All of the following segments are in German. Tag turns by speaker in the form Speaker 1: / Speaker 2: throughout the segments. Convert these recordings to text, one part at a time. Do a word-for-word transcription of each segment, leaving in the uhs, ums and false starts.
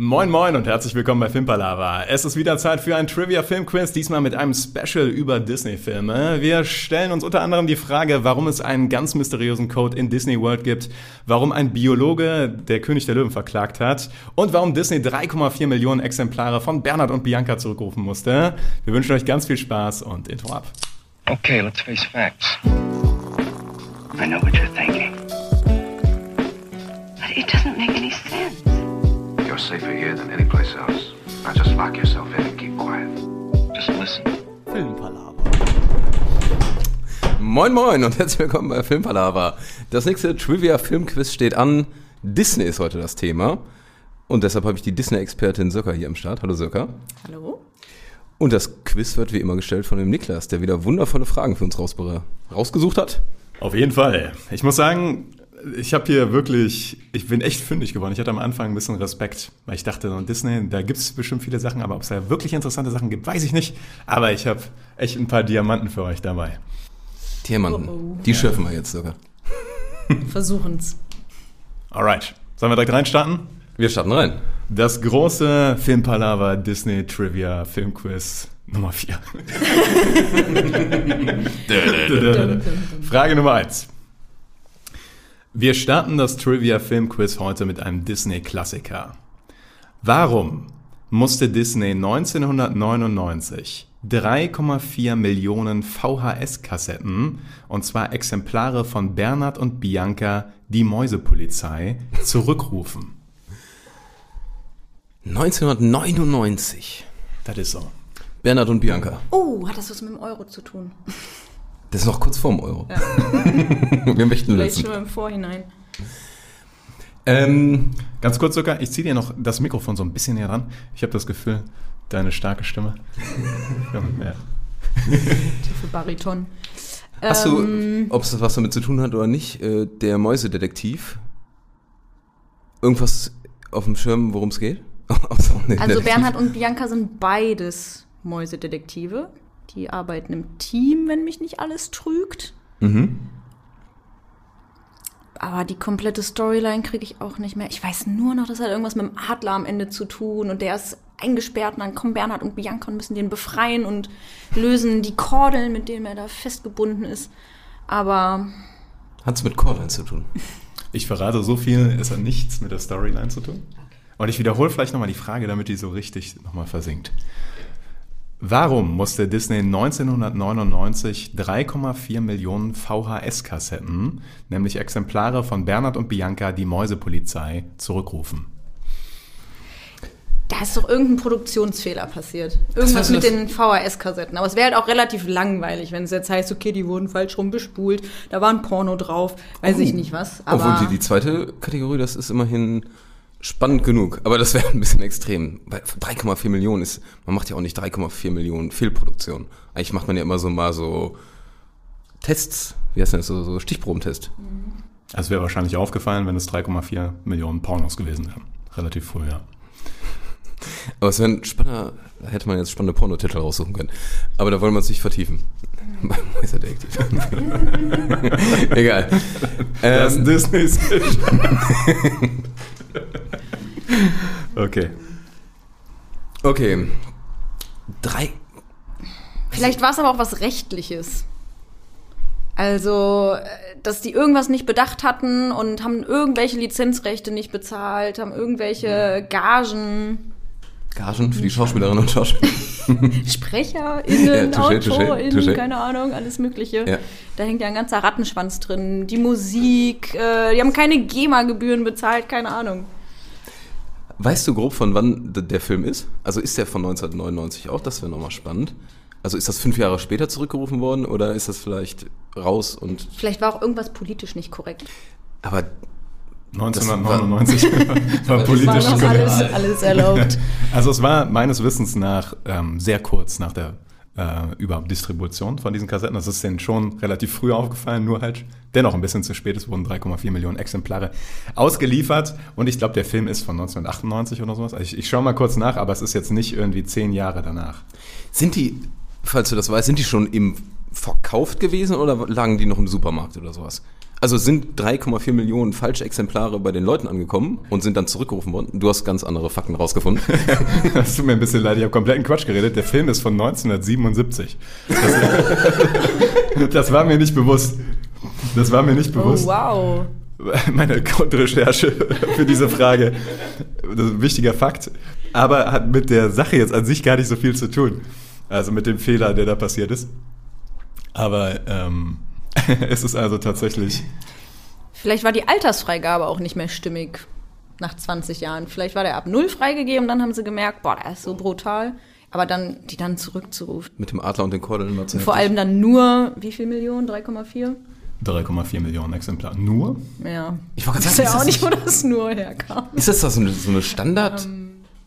Speaker 1: Moin Moin und herzlich willkommen bei Filmpalava. Es ist wieder Zeit für ein Trivia-Filmquiz, diesmal mit einem Special über Disney-Filme. Wir stellen uns unter anderem die Frage, warum es einen ganz mysteriösen Code in Disney World gibt, warum ein Biologe der König der Löwen verklagt hat und warum Disney drei Komma vier Millionen Exemplare von Bernhard und Bianca zurückrufen musste. Wir wünschen euch ganz viel Spaß und Intro ab.
Speaker 2: Okay, let's face facts. I know what you're thinking.
Speaker 3: But it doesn't make any sense.
Speaker 4: You're safer here than any place else. Now just lock yourself in and keep quiet.
Speaker 2: Just listen.
Speaker 5: Filmpalava. Moin Moin und herzlich willkommen bei Filmpalava. Das nächste Trivia-Filmquiz steht an. Disney ist heute das Thema. Und deshalb habe ich die Disney-Expertin Sirka hier am Start. Hallo Sirka.
Speaker 6: Hallo.
Speaker 5: Und das Quiz wird wie immer gestellt von dem Niklas, der wieder wundervolle Fragen für uns rausbe- rausgesucht hat.
Speaker 1: Auf jeden Fall. Ich muss sagen, ich habe hier wirklich, ich bin echt fündig geworden. Ich hatte am Anfang ein bisschen Respekt, weil ich dachte, Disney, da gibt es bestimmt viele Sachen, aber ob es da wirklich interessante Sachen gibt, weiß ich nicht. Aber ich habe echt ein paar Diamanten für euch dabei.
Speaker 5: Diamanten,
Speaker 6: Oh, oh.
Speaker 5: die schürfen wir jetzt sogar.
Speaker 6: Versuchen's.
Speaker 1: Alright, sollen wir direkt reinstarten?
Speaker 5: Wir starten rein.
Speaker 1: Das große Filmpalava Disney Trivia Filmquiz Nummer vier. Frage Nummer eins. Wir starten das Trivia Filmquiz heute mit einem Disney-Klassiker. Warum musste Disney neunzehnhundertneunundneunzig drei Komma vier Millionen V H S-Kassetten, und zwar Exemplare von Bernhard und Bianca, die Mäusepolizei, zurückrufen?
Speaker 5: neunzehnhundertneunundneunzig.
Speaker 1: Das ist so.
Speaker 5: Bernhard und Bianca.
Speaker 6: Oh, hat das was mit dem Euro zu tun?
Speaker 5: Das ist noch kurz vorm Euro.
Speaker 6: Ja.
Speaker 5: Wir möchten
Speaker 6: Vielleicht
Speaker 5: lösen.
Speaker 6: schon im Vorhinein.
Speaker 1: Ähm, ganz kurz sogar, ich ziehe dir noch das Mikrofon so ein bisschen näher ran. Ich habe das Gefühl, deine starke Stimme. Ja.
Speaker 6: Tiefe Bariton.
Speaker 5: Hast
Speaker 6: Ähm,
Speaker 5: du, ob es was damit zu tun hat oder nicht, äh, der Mäusedetektiv, irgendwas auf dem Schirm, worum es geht?
Speaker 6: Also
Speaker 5: Detektiv.
Speaker 6: Bernhard und Bianca sind beides Mäusedetektive. Die arbeiten im Team, wenn mich nicht alles trügt.
Speaker 5: Mhm.
Speaker 6: Aber die komplette Storyline kriege ich auch nicht mehr. Ich weiß nur noch, das hat irgendwas mit dem Adler am Ende zu tun. Und der ist eingesperrt und dann kommen Bernhard und Bianca und müssen den befreien und lösen die Kordeln, mit denen er da festgebunden ist. Aber
Speaker 5: Hat es mit Cordeln zu tun?
Speaker 1: Ich verrate so viel, es hat nichts mit der Storyline zu tun. Und ich wiederhole vielleicht nochmal die Frage, damit die so richtig nochmal versinkt. Warum musste Disney neunzehnhundertneunundneunzig drei Komma vier Millionen V H S-Kassetten, nämlich Exemplare von Bernhard und Bianca, die Mäusepolizei, zurückrufen?
Speaker 6: da ist doch irgendein Produktionsfehler passiert. Irgendwas
Speaker 5: heißt,
Speaker 6: mit
Speaker 5: das-
Speaker 6: den V H S-Kassetten. Aber es wäre halt auch relativ langweilig, wenn es jetzt heißt, okay, die wurden falsch rum bespult, da war ein Porno drauf, weiß ich nicht was. Aber
Speaker 5: Obwohl die, die zweite Kategorie, das ist immerhin spannend genug. Aber das wäre ein bisschen extrem. Weil drei Komma vier Millionen ist, man macht ja auch nicht drei Komma vier Millionen Fehlproduktion. Eigentlich macht man ja immer so mal so Tests, wie heißt das, so, so Stichprobentest.
Speaker 1: Also wäre wahrscheinlich aufgefallen, wenn es drei Komma vier Millionen Pornos gewesen wären. Relativ früh, ja.
Speaker 5: Aber es wäre ein spannender, da hätte man jetzt spannende Pornotitel raussuchen können. Aber da wollen wir uns nicht vertiefen. Beim Mäusedetektiv. Egal.
Speaker 1: Das
Speaker 5: Ähm,
Speaker 1: Disney Special. Okay.
Speaker 5: okay. Drei.
Speaker 6: vielleicht war es aber auch was Rechtliches. Also, äh, dass die irgendwas nicht bedacht hatten und haben irgendwelche Lizenzrechte nicht bezahlt, haben irgendwelche Gagen,
Speaker 5: Gagen für die Schauspielerinnen und Schauspieler.
Speaker 6: SprecherInnen,
Speaker 5: Ja, touché, touché,
Speaker 6: AutorInnen,
Speaker 5: touché.
Speaker 6: keine Ahnung, alles Mögliche.
Speaker 5: Ja.
Speaker 6: Da hängt ja ein ganzer Rattenschwanz drin. Die Musik, äh, die haben keine GEMA-Gebühren bezahlt, keine Ahnung.
Speaker 5: Weißt du grob, von wann d- der Film ist? Also ist der von neunzehnhundertneunundneunzig auch? Das wäre nochmal spannend. Also ist das fünf Jahre später zurückgerufen worden oder ist das vielleicht raus und...
Speaker 6: Vielleicht war auch irgendwas politisch nicht korrekt.
Speaker 5: Aber
Speaker 1: neunzehnhundertneunundneunzig war, war
Speaker 6: War
Speaker 1: politisch
Speaker 6: noch
Speaker 1: korrekt.
Speaker 6: alles, alles erlaubt.
Speaker 1: Also es war meines Wissens nach ähm, sehr kurz nach der äh, überhaupt Distribution von diesen Kassetten. Das ist denen schon relativ früh aufgefallen, nur halt dennoch ein bisschen zu spät. Es wurden drei Komma vier Millionen Exemplare ausgeliefert und ich glaube, der Film ist von neunzehnhundertachtundneunzig oder sowas. Also ich, ich schaue mal kurz nach, aber es ist jetzt nicht irgendwie zehn Jahre danach.
Speaker 5: sind die, falls du das weißt, sind die schon im verkauft gewesen oder lagen die noch im Supermarkt oder sowas? Also sind drei Komma vier Millionen falsche Exemplare bei den Leuten angekommen und sind dann zurückgerufen worden? Du hast ganz andere Fakten rausgefunden.
Speaker 1: Das tut mir ein bisschen leid, ich habe kompletten Quatsch geredet. Der Film ist von neunzehnhundertsiebenundsiebzig. Das, das war mir nicht bewusst. Das war mir nicht bewusst.
Speaker 6: Oh, wow.
Speaker 1: Meine Grundrecherche für diese Frage. Das ist ein wichtiger Fakt. Aber hat mit der Sache jetzt an sich gar nicht so viel zu tun. Also mit dem Fehler, der da passiert ist. Aber ähm, es ist also tatsächlich...
Speaker 6: Vielleicht war die Altersfreigabe auch nicht mehr stimmig nach zwanzig Jahren. Vielleicht war der ab null freigegeben, dann haben sie gemerkt, boah, der ist so brutal. Aber dann, die dann zurückzurufen.
Speaker 5: Mit dem Adler und den Kordeln war zu
Speaker 6: Vor allem dann nur, wie viel Millionen? drei Komma vier?
Speaker 1: drei Komma vier Millionen Exemplare. Nur?
Speaker 6: Ja.
Speaker 5: Ich wollte
Speaker 6: Ich
Speaker 5: gerade
Speaker 6: weiß
Speaker 5: sagen,
Speaker 6: ja auch
Speaker 5: ist
Speaker 6: nicht,
Speaker 5: das
Speaker 6: wo das nur herkam.
Speaker 5: Ist das so eine, so eine Standard...
Speaker 6: Ähm,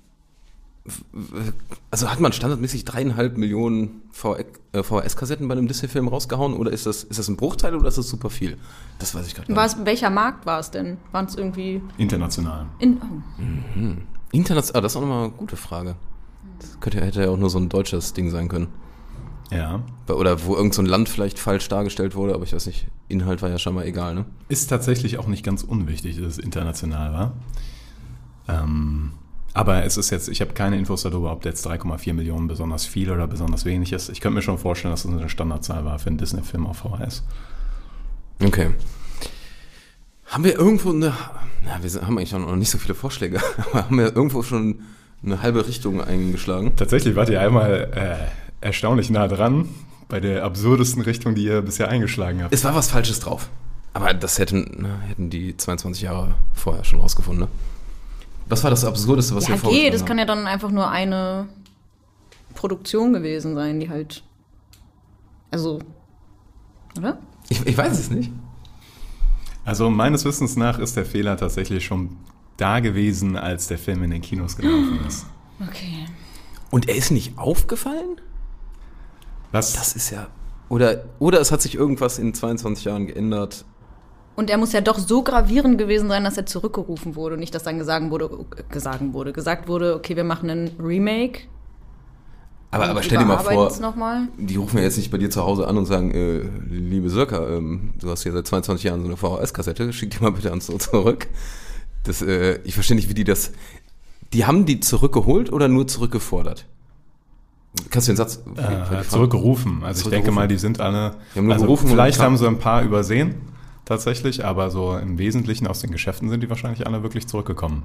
Speaker 5: Also hat man standardmäßig dreieinhalb Millionen V H S-Kassetten bei einem Disney-Film rausgehauen oder ist das, ist das ein Bruchteil oder ist das super viel? Das weiß ich gerade
Speaker 6: war
Speaker 5: nicht.
Speaker 6: es, welcher Markt war es denn? Waren es irgendwie...
Speaker 1: International.
Speaker 6: In, oh.
Speaker 5: International, ah, das ist auch nochmal eine gute Frage. Das könnte, hätte ja auch nur so ein deutsches Ding sein können.
Speaker 1: Ja.
Speaker 5: Oder wo irgend so ein Land vielleicht falsch dargestellt wurde, aber ich weiß nicht, Inhalt war ja scheinbar egal, ne?
Speaker 1: Ist tatsächlich auch nicht ganz unwichtig, dass es international war. Ähm... Aber es ist jetzt, ich habe keine Infos darüber, ob jetzt drei Komma vier Millionen besonders viel oder besonders wenig ist. Ich könnte mir schon vorstellen, dass es eine Standardzahl war für einen Disney-Film auf V H S.
Speaker 5: Okay. Haben wir irgendwo eine, na, wir haben eigentlich noch nicht so viele Vorschläge, aber haben wir irgendwo schon eine halbe Richtung eingeschlagen?
Speaker 1: Tatsächlich wart ihr einmal äh, erstaunlich nah dran bei der absurdesten Richtung, die ihr bisher eingeschlagen habt.
Speaker 5: Es war was Falsches drauf. Aber das hätten, na, hätten die zweiundzwanzig Jahre vorher schon rausgefunden, ne? Was war das Absurdeste, was
Speaker 6: Ja,
Speaker 5: wir vorgeschlagen
Speaker 6: geht. Das
Speaker 5: haben?
Speaker 6: kann ja dann einfach nur eine Produktion gewesen sein, die halt... Also, oder?
Speaker 5: Ich, ich weiß es nicht.
Speaker 1: Also meines Wissens nach ist der Fehler tatsächlich schon da gewesen, als der Film in den Kinos gelaufen ist.
Speaker 6: Okay.
Speaker 5: Und er ist nicht aufgefallen?
Speaker 1: Was?
Speaker 5: Das ist ja... Oder, oder es hat sich irgendwas in zweiundzwanzig Jahren geändert.
Speaker 6: Und er muss ja doch so gravierend gewesen sein, dass er zurückgerufen wurde und nicht, dass dann gesagt wurde, gesagt wurde, gesagt wurde, okay, wir machen einen Remake.
Speaker 5: Aber, aber stell dir mal vor,
Speaker 6: noch mal.
Speaker 5: die rufen ja jetzt nicht bei dir zu Hause an und sagen, äh, liebe Sirka, ähm, du hast hier seit zweiundzwanzig Jahren so eine V H S-Kassette, schick die mal bitte ans so zurück. Das, äh, ich verstehe nicht, wie die das... Die haben die zurückgeholt oder nur zurückgefordert? Kannst du den Satz...
Speaker 1: Äh, zurückgerufen. Also ich denke mal, die sind alle...
Speaker 5: Die haben nur
Speaker 1: also
Speaker 5: gerufen
Speaker 1: vielleicht
Speaker 5: und
Speaker 1: haben sie ein paar übersehen, tatsächlich, aber so im Wesentlichen aus den Geschäften sind die wahrscheinlich alle wirklich zurückgekommen.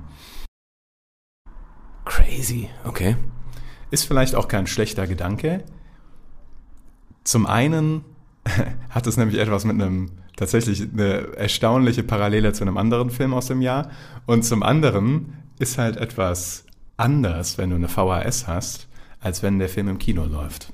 Speaker 5: Crazy, okay.
Speaker 1: Ist vielleicht auch kein schlechter Gedanke. Zum einen hat es nämlich etwas mit einem, tatsächlich eine erstaunliche Parallele zu einem anderen Film aus dem Jahr. Und zum anderen ist halt etwas anders, wenn du eine V H S hast, als wenn der Film im Kino läuft.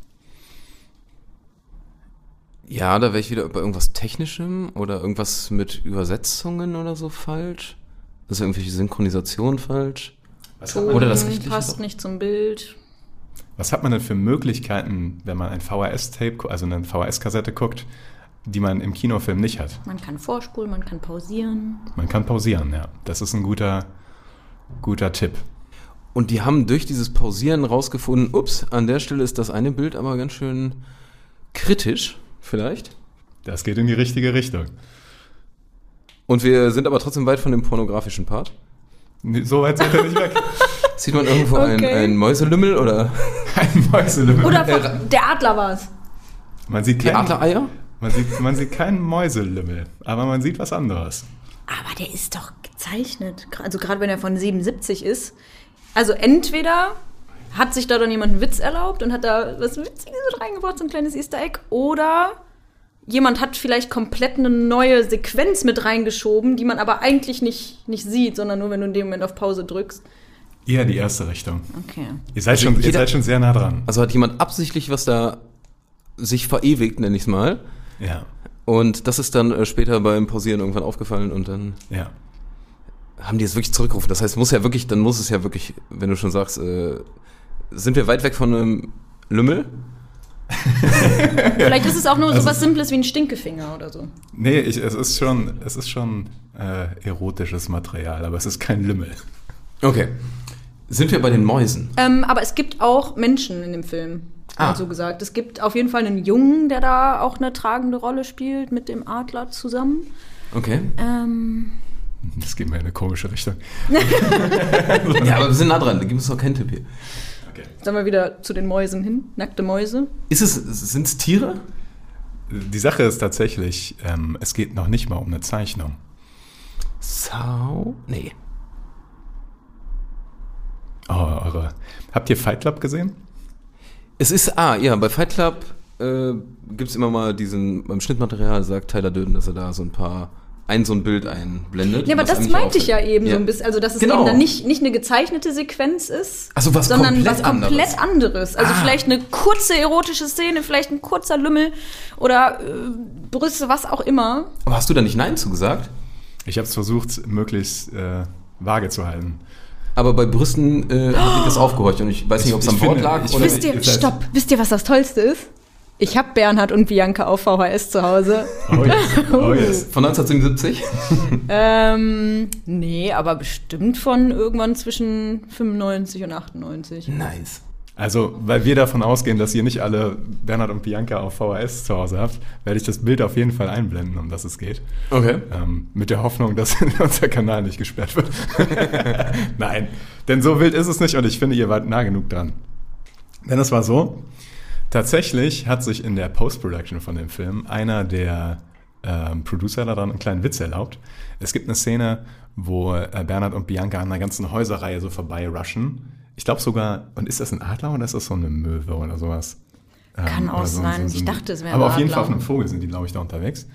Speaker 5: Ja, da wäre ich wieder bei irgendwas Technischem oder irgendwas mit Übersetzungen oder so falsch. Ist irgendwelche Synchronisation falsch?
Speaker 6: Ton
Speaker 5: Oder das Rechtliche
Speaker 6: passt
Speaker 5: doch?
Speaker 6: nicht zum Bild.
Speaker 1: Was hat man denn für Möglichkeiten, wenn man ein V H S-Tape, also eine V H S-Kassette guckt, die man im Kinofilm nicht hat?
Speaker 6: Man kann vorspulen, man kann pausieren.
Speaker 1: Man kann pausieren, ja. Das ist ein guter, guter Tipp.
Speaker 5: Und die haben durch dieses Pausieren rausgefunden, ups, an der Stelle ist das eine Bild aber ganz schön kritisch, vielleicht.
Speaker 1: Das geht in die richtige Richtung.
Speaker 5: Und wir sind aber trotzdem weit von dem pornografischen Part.
Speaker 1: So weit sind wir nicht weg.
Speaker 5: Sieht man irgendwo
Speaker 6: Okay.
Speaker 5: ein, ein Mäuselümmel oder
Speaker 1: Ein Mäuselümmel.
Speaker 6: Oder der Adler war es.
Speaker 1: Man sieht
Speaker 5: die
Speaker 1: keinen,
Speaker 5: Adlereier?
Speaker 1: man sieht, man sieht keinen Mäuselümmel, aber man sieht was anderes.
Speaker 6: Aber der ist doch gezeichnet. Also gerade wenn er von siebenundsiebzig ist. Also entweder hat sich da dann jemand einen Witz erlaubt und hat da was Witziges mit reingebracht, so ein kleines Easter Egg. Oder jemand hat vielleicht komplett eine neue Sequenz mit reingeschoben, die man aber eigentlich nicht, nicht sieht, sondern nur, wenn du in dem Moment auf Pause drückst.
Speaker 1: Eher die erste Richtung.
Speaker 6: Okay.
Speaker 1: Ihr seid, schon, ihr
Speaker 5: jeder-
Speaker 1: seid schon sehr nah dran.
Speaker 5: Also hat jemand absichtlich was da sich verewigt, nenne ich es mal.
Speaker 1: Ja,
Speaker 5: Und das ist dann äh, später beim Pausieren irgendwann aufgefallen und dann
Speaker 1: ja.
Speaker 5: haben die es wirklich zurückgerufen. Das heißt, muss ja wirklich, dann muss es ja wirklich, wenn du schon sagst, äh, sind wir weit weg von einem Lümmel?
Speaker 6: Vielleicht ist es auch nur
Speaker 1: Also-
Speaker 6: so was Simples wie ein Stinkefinger oder so.
Speaker 1: Nee, ich, es ist schon, es ist schon äh, erotisches Material, aber es ist kein Lümmel.
Speaker 5: Okay. Sind wir bei den Mäusen?
Speaker 6: Ähm, aber es gibt auch Menschen in dem Film,
Speaker 5: Ah.
Speaker 6: ah. so gesagt. Es gibt auf jeden Fall einen Jungen, der da auch eine tragende Rolle spielt mit dem Adler zusammen.
Speaker 5: Okay.
Speaker 6: Ähm,
Speaker 1: Das geht mir in eine komische Richtung.
Speaker 5: Ja, aber wir sind nah dran. Da gibt es doch keinen Tipp hier.
Speaker 6: sollen wir wieder zu den Mäusen hin? Nackte Mäuse?
Speaker 5: Ist es, sind es Tiere?
Speaker 1: Die Sache ist tatsächlich, ähm, es geht noch nicht mal um eine Zeichnung.
Speaker 5: Sau? Nee.
Speaker 1: Oh, eure. Habt ihr Fight Club gesehen?
Speaker 5: Es ist, ah, ja, bei Fight Club äh, gibt es immer mal diesen, beim Schnittmaterial sagt Tyler Durden, dass er da so ein paar, ein so ein Bild einblendet.
Speaker 6: Ja, aber das
Speaker 5: eigentlich
Speaker 6: meinte ich ja
Speaker 5: auffällt.
Speaker 6: eben
Speaker 5: Ja.
Speaker 6: so ein bisschen, also dass es
Speaker 5: Genau.
Speaker 6: eben dann nicht, nicht eine gezeichnete Sequenz ist,
Speaker 5: Ach so, was
Speaker 6: sondern
Speaker 5: komplett
Speaker 6: was komplett anderes. Also
Speaker 5: Ah.
Speaker 6: vielleicht eine kurze erotische Szene, vielleicht ein kurzer Lümmel oder äh, Brüste, was auch immer.
Speaker 5: Aber hast du da nicht Nein zugesagt?
Speaker 1: Ich habe es versucht, möglichst äh, vage zu halten.
Speaker 5: Aber bei Brüsten äh, habe ich das aufgehorcht und ich weiß nicht, ob es
Speaker 1: Ich-
Speaker 5: am
Speaker 1: ich
Speaker 5: Wort
Speaker 1: finde-
Speaker 5: lag
Speaker 1: ich
Speaker 5: oder...
Speaker 1: finde-
Speaker 6: Wisst ihr,
Speaker 1: ist das-
Speaker 6: stopp, wisst ihr, was das Tollste ist? Ich habe Bernhard und Bianca auf V H S zu Hause.
Speaker 1: Oh yes. Oh yes.
Speaker 5: Von neunzehnhundertsiebenundsiebzig?
Speaker 6: ähm, nee, aber bestimmt von irgendwann zwischen fünfundneunzig und achtundneunzig.
Speaker 5: Nice.
Speaker 1: Also, weil wir davon ausgehen, dass ihr nicht alle Bernhard und Bianca auf V H S zu Hause habt, werde ich das Bild auf jeden Fall einblenden, um das es geht.
Speaker 5: Okay.
Speaker 1: Ähm, mit der Hoffnung, dass unser Kanal nicht gesperrt wird. Nein, denn so wild ist es nicht und ich finde, ihr wart nah genug dran. Denn es war so, tatsächlich hat sich in der Post-Production von dem Film einer der ähm, Producer daran einen kleinen Witz erlaubt. Es gibt eine Szene, wo äh, Bernhard und Bianca an einer ganzen Häuserreihe so vorbei rushen. Ich glaube sogar, und ist das ein Adler oder ist das so eine Möwe oder sowas?
Speaker 6: Kann
Speaker 1: Ähm,
Speaker 6: auch
Speaker 1: oder so-
Speaker 6: sein.
Speaker 1: so-
Speaker 6: Ich
Speaker 1: so-
Speaker 6: dachte, es wäre
Speaker 1: Aber
Speaker 6: ein
Speaker 1: auf jeden
Speaker 6: Adler.
Speaker 1: Fall auf einem Vogel sind die, glaube ich, da unterwegs.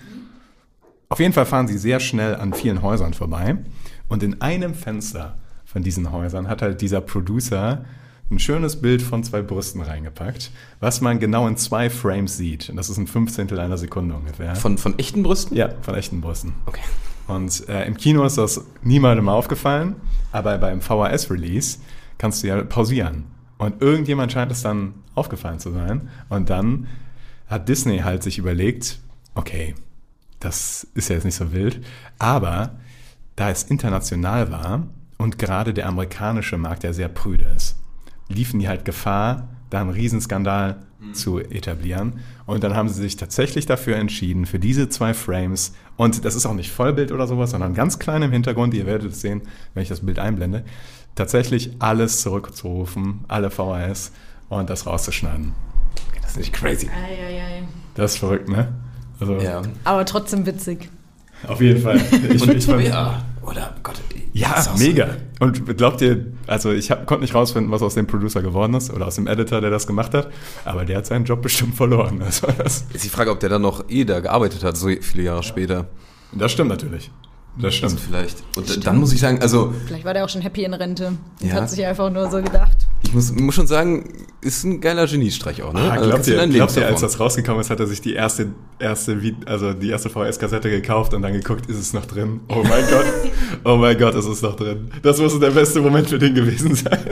Speaker 1: Auf jeden Fall fahren sie sehr schnell an vielen Häusern vorbei. Und in einem Fenster von diesen Häusern hat halt dieser Producer ein schönes Bild von zwei Brüsten reingepackt, was man genau in zwei Frames sieht. Und das ist ein Fünfzehntel einer Sekunde ungefähr.
Speaker 5: Von, von echten Brüsten?
Speaker 1: Ja, von echten Brüsten.
Speaker 5: Okay.
Speaker 1: Und äh, im Kino ist das niemandem aufgefallen, aber beim V H S-Release kannst du ja pausieren. Und irgendjemand scheint es dann aufgefallen zu sein. Und dann hat Disney halt sich überlegt, okay, das ist ja jetzt nicht so wild, aber da es international war und gerade der amerikanische Markt ja sehr prüde ist, liefen die halt Gefahr, da einen Riesenskandal zu etablieren. Und dann haben sie sich tatsächlich dafür entschieden, für diese zwei Frames, und das ist auch nicht Vollbild oder sowas, sondern ganz klein im Hintergrund, ihr werdet es sehen, wenn ich das Bild einblende, tatsächlich alles zurückzurufen, alle V H S und das rauszuschneiden.
Speaker 5: Das ist nicht crazy.
Speaker 6: Eieiei.
Speaker 1: Das ist verrückt, ne? Also,
Speaker 5: Ja.
Speaker 6: Aber trotzdem witzig.
Speaker 1: auf jeden Fall. Ich,
Speaker 5: Und
Speaker 1: ich fand,
Speaker 5: ja, oder Gott.
Speaker 1: ja,
Speaker 5: ist auch so.
Speaker 1: mega. Und glaubt ihr, also ich hab, konnte nicht rausfinden, was aus dem Producer geworden ist oder aus dem Editor, der das gemacht hat, aber der hat seinen Job bestimmt verloren. Also das,
Speaker 5: Ist die Frage, ob der dann noch eh da gearbeitet hat, so viele Jahre später.
Speaker 1: das stimmt natürlich. Das
Speaker 5: Also
Speaker 1: stimmt.
Speaker 5: vielleicht. Und dann muss ich sagen, also
Speaker 6: Vielleicht war der auch schon happy in Rente. Und
Speaker 5: Ja.
Speaker 6: hat sich einfach nur so gedacht.
Speaker 5: ich muss, muss schon sagen, ist ein geiler Geniestreich auch, ne?
Speaker 1: Ah,
Speaker 5: Also
Speaker 1: glaubt
Speaker 5: kannst du
Speaker 1: ihr,
Speaker 5: dein
Speaker 1: glaubt ihr,
Speaker 5: Leben
Speaker 1: als das rausgekommen ist, hat er sich die erste, erste, Vi- also die erste V H S-Kassette gekauft und dann geguckt, ist es noch drin? Oh mein Gott, oh mein Gott, ist es noch drin. Das muss der beste Moment für den gewesen sein.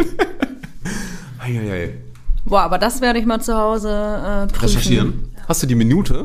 Speaker 5: Eieiei.
Speaker 6: Boah, aber das werde ich mal zu Hause äh, prüfen.
Speaker 5: Recherchieren. Hast du die Minute?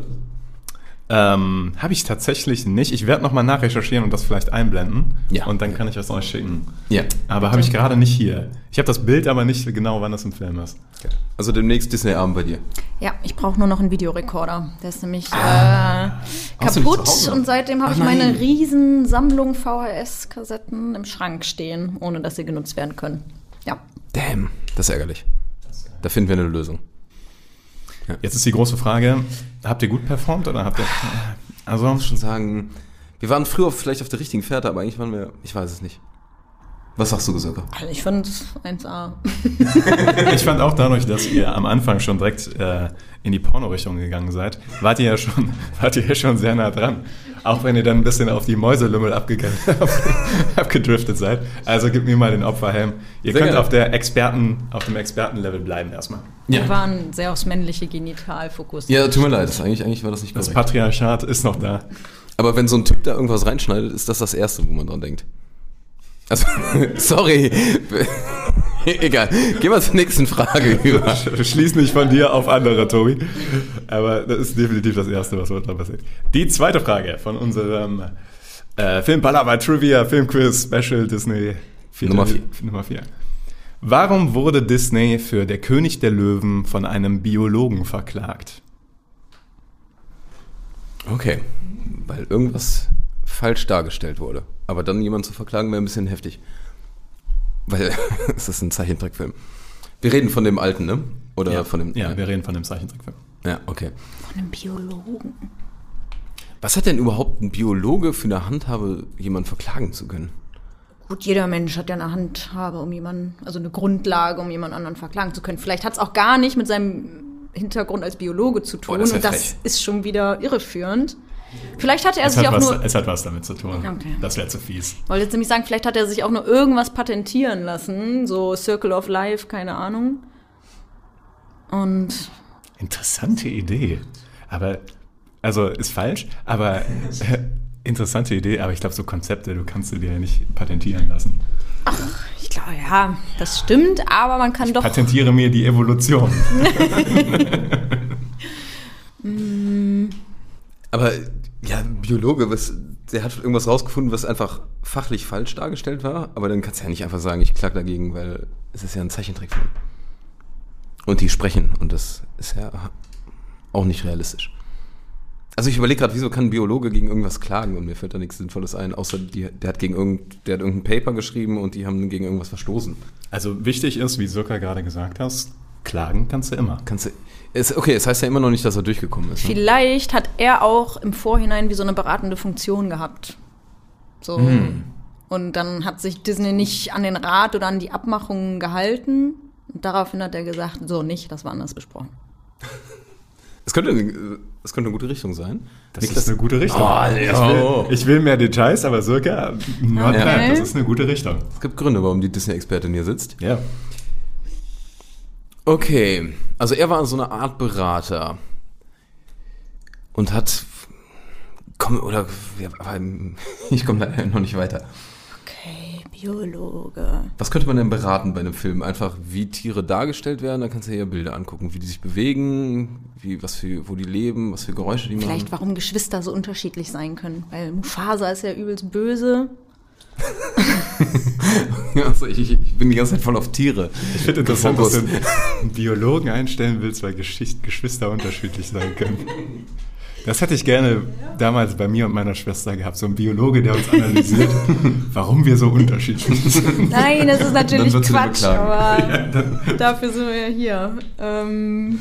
Speaker 1: Ähm, habe ich tatsächlich nicht. Ich werde nochmal nachrecherchieren und das vielleicht einblenden.
Speaker 5: Ja.
Speaker 1: Und dann kann ich das euch schicken.
Speaker 5: Ja.
Speaker 1: Aber habe ich gerade nicht hier. Ich habe das Bild, aber nicht genau, wann das im Film ist.
Speaker 5: Also demnächst Disney-Abend bei dir.
Speaker 6: Ja, ich brauche nur noch einen Videorekorder. Der ist nämlich
Speaker 5: Ah.
Speaker 6: äh,
Speaker 5: Hast du nicht
Speaker 6: kaputt
Speaker 5: zu Hause?
Speaker 6: und seitdem habe
Speaker 5: Ach,
Speaker 6: ich meine
Speaker 5: nein.
Speaker 6: riesen Sammlung V H S-Kassetten im Schrank stehen, ohne dass sie genutzt werden können. Ja.
Speaker 5: Damn, das ist ärgerlich. Da finden wir eine Lösung.
Speaker 1: Jetzt ist die große Frage, habt ihr gut performt oder habt ihr... Also,
Speaker 5: Ich muss schon sagen, wir waren früher vielleicht auf der richtigen Fährte, aber eigentlich waren wir, ich weiß es nicht. Was sagst du, Gesöker?
Speaker 6: Also ich fand eins A.
Speaker 1: ich fand auch dadurch, dass ihr am Anfang schon direkt äh, in die Porno-Richtung gegangen seid, wart ihr ja schon, wart ihr ja schon sehr nah dran. Auch wenn ihr dann ein bisschen auf die Mäuselümmel abgegangen, abgedriftet seid. Also gib mir mal den Opferhelm. Ihr
Speaker 5: Sehr
Speaker 1: könnt
Speaker 5: gerne.
Speaker 1: auf, der Experten, auf dem Expertenlevel bleiben erstmal.
Speaker 6: Wir waren sehr aufs männliche Genital fokussiert.
Speaker 5: Ja, tut mir leid, das, eigentlich, eigentlich war das nicht
Speaker 1: Das
Speaker 5: korrekt.
Speaker 1: Patriarchat ist noch da.
Speaker 5: Aber wenn so ein Typ da irgendwas reinschneidet, ist das das Erste, wo man dran denkt. Also, sorry. Egal, gehen wir zur nächsten Frage über.
Speaker 1: Schließ nicht von dir auf andere, Tobi. Aber das ist definitiv das Erste, was da passiert. Die zweite Frage von unserem äh, Filmpalava Trivia Filmquiz Special Disney vierte,
Speaker 5: Nummer vier.
Speaker 1: Nummer vier. Warum wurde Disney für Der König der Löwen von einem Biologen verklagt?
Speaker 5: Okay, weil irgendwas falsch dargestellt wurde. Aber dann jemanden zu verklagen, wäre ein bisschen heftig. Weil es ist ein Zeichentrickfilm. Wir reden von dem alten, ne? Oder
Speaker 1: ja,
Speaker 5: von dem.
Speaker 1: Ja,
Speaker 5: ja,
Speaker 1: wir reden von dem Zeichentrickfilm.
Speaker 5: Ja, okay.
Speaker 6: Von einem Biologen.
Speaker 5: Was hat denn überhaupt ein Biologe für eine Handhabe, jemanden verklagen zu können?
Speaker 6: Gut, jeder Mensch hat ja eine Handhabe, um jemanden, also eine Grundlage, um jemand anderen verklagen zu können. Vielleicht hat es auch gar nicht mit seinem Hintergrund als Biologe zu tun.
Speaker 5: Boah, das
Speaker 6: und das
Speaker 5: frech.
Speaker 6: ist schon wieder irreführend. Vielleicht hatte er
Speaker 1: Es
Speaker 6: sich
Speaker 1: hat,
Speaker 6: auch
Speaker 1: was,
Speaker 6: nur...
Speaker 1: es hat was damit zu tun.
Speaker 6: Okay.
Speaker 1: Das wäre zu fies.
Speaker 6: Ich wollte jetzt nämlich sagen, vielleicht hat er sich auch nur irgendwas patentieren lassen. So Circle of Life, keine Ahnung. Und...
Speaker 1: Interessante Idee. Aber, also ist falsch, aber äh, interessante Idee, aber ich glaube, so Konzepte, du kannst du dir ja nicht patentieren lassen.
Speaker 6: Ich glaube, ja, das stimmt, aber man kann doch...
Speaker 1: Patentiere mir die Evolution.
Speaker 5: Aber ja, Biologe, was, der hat irgendwas rausgefunden, was einfach fachlich falsch dargestellt war, aber dann kannst du ja nicht einfach sagen, ich klag dagegen, weil es ist ja ein Zeichentrickfilm. Und die sprechen und das ist ja auch nicht realistisch. Also ich überlege gerade, wieso kann ein Biologe gegen irgendwas klagen und mir fällt da nichts Sinnvolles ein, außer die, der hat gegen irgend, der hat irgendein Paper geschrieben und die haben gegen irgendwas verstoßen.
Speaker 1: Also wichtig ist, wie Sirka gerade gesagt hast, klagen kannst du immer.
Speaker 5: Kannst du, es, okay, es heißt ja immer noch nicht, dass er durchgekommen ist. Ne?
Speaker 6: Vielleicht hat er auch im Vorhinein wie so eine beratende Funktion gehabt. So.
Speaker 5: Hm.
Speaker 6: Und dann hat sich Disney nicht an den Rat oder an die Abmachungen gehalten. Und daraufhin hat er gesagt, so nicht, das war anders besprochen.
Speaker 5: Es könnte, es könnte eine gute Richtung sein.
Speaker 1: Das
Speaker 5: Nicht,
Speaker 1: ist eine gute Richtung.
Speaker 5: Oh,
Speaker 1: ich,
Speaker 5: oh.
Speaker 1: will, ich will mehr Details, aber Sirka, not
Speaker 6: Okay.
Speaker 1: bad. Das ist eine gute Richtung.
Speaker 5: Es gibt Gründe, warum die Disney-Expertin hier sitzt.
Speaker 1: Ja.
Speaker 5: Okay, also er war so eine Art Berater und hat, komm, oder, ja, aber ich komme da noch nicht weiter.
Speaker 6: Okay, Biologe.
Speaker 5: Was könnte man denn beraten bei einem Film? Einfach, wie Tiere dargestellt werden, dann kannst du dir ja Bilder angucken, wie die sich bewegen, wie, was für, wo die leben, was für Geräusche die
Speaker 6: Vielleicht,
Speaker 5: machen.
Speaker 6: warum Geschwister so unterschiedlich sein können. Weil Mufasa ist ja übelst böse.
Speaker 5: Also ich, ich bin die ganze Zeit voll auf Tiere.
Speaker 1: Ich finde interessant, dass
Speaker 5: Fokus.
Speaker 1: du einen Biologen einstellen willst, weil Geschicht, Geschwister unterschiedlich sein können. Das hätte ich gerne damals bei mir und meiner Schwester gehabt. So ein Biologe, der uns analysiert, warum wir so unterschiedlich sind.
Speaker 6: Nein, das ist natürlich
Speaker 5: Dann wird sie
Speaker 6: Quatsch,
Speaker 5: beklagen.
Speaker 6: aber
Speaker 1: Ja, dann,
Speaker 6: dafür sind wir ja hier. Ähm,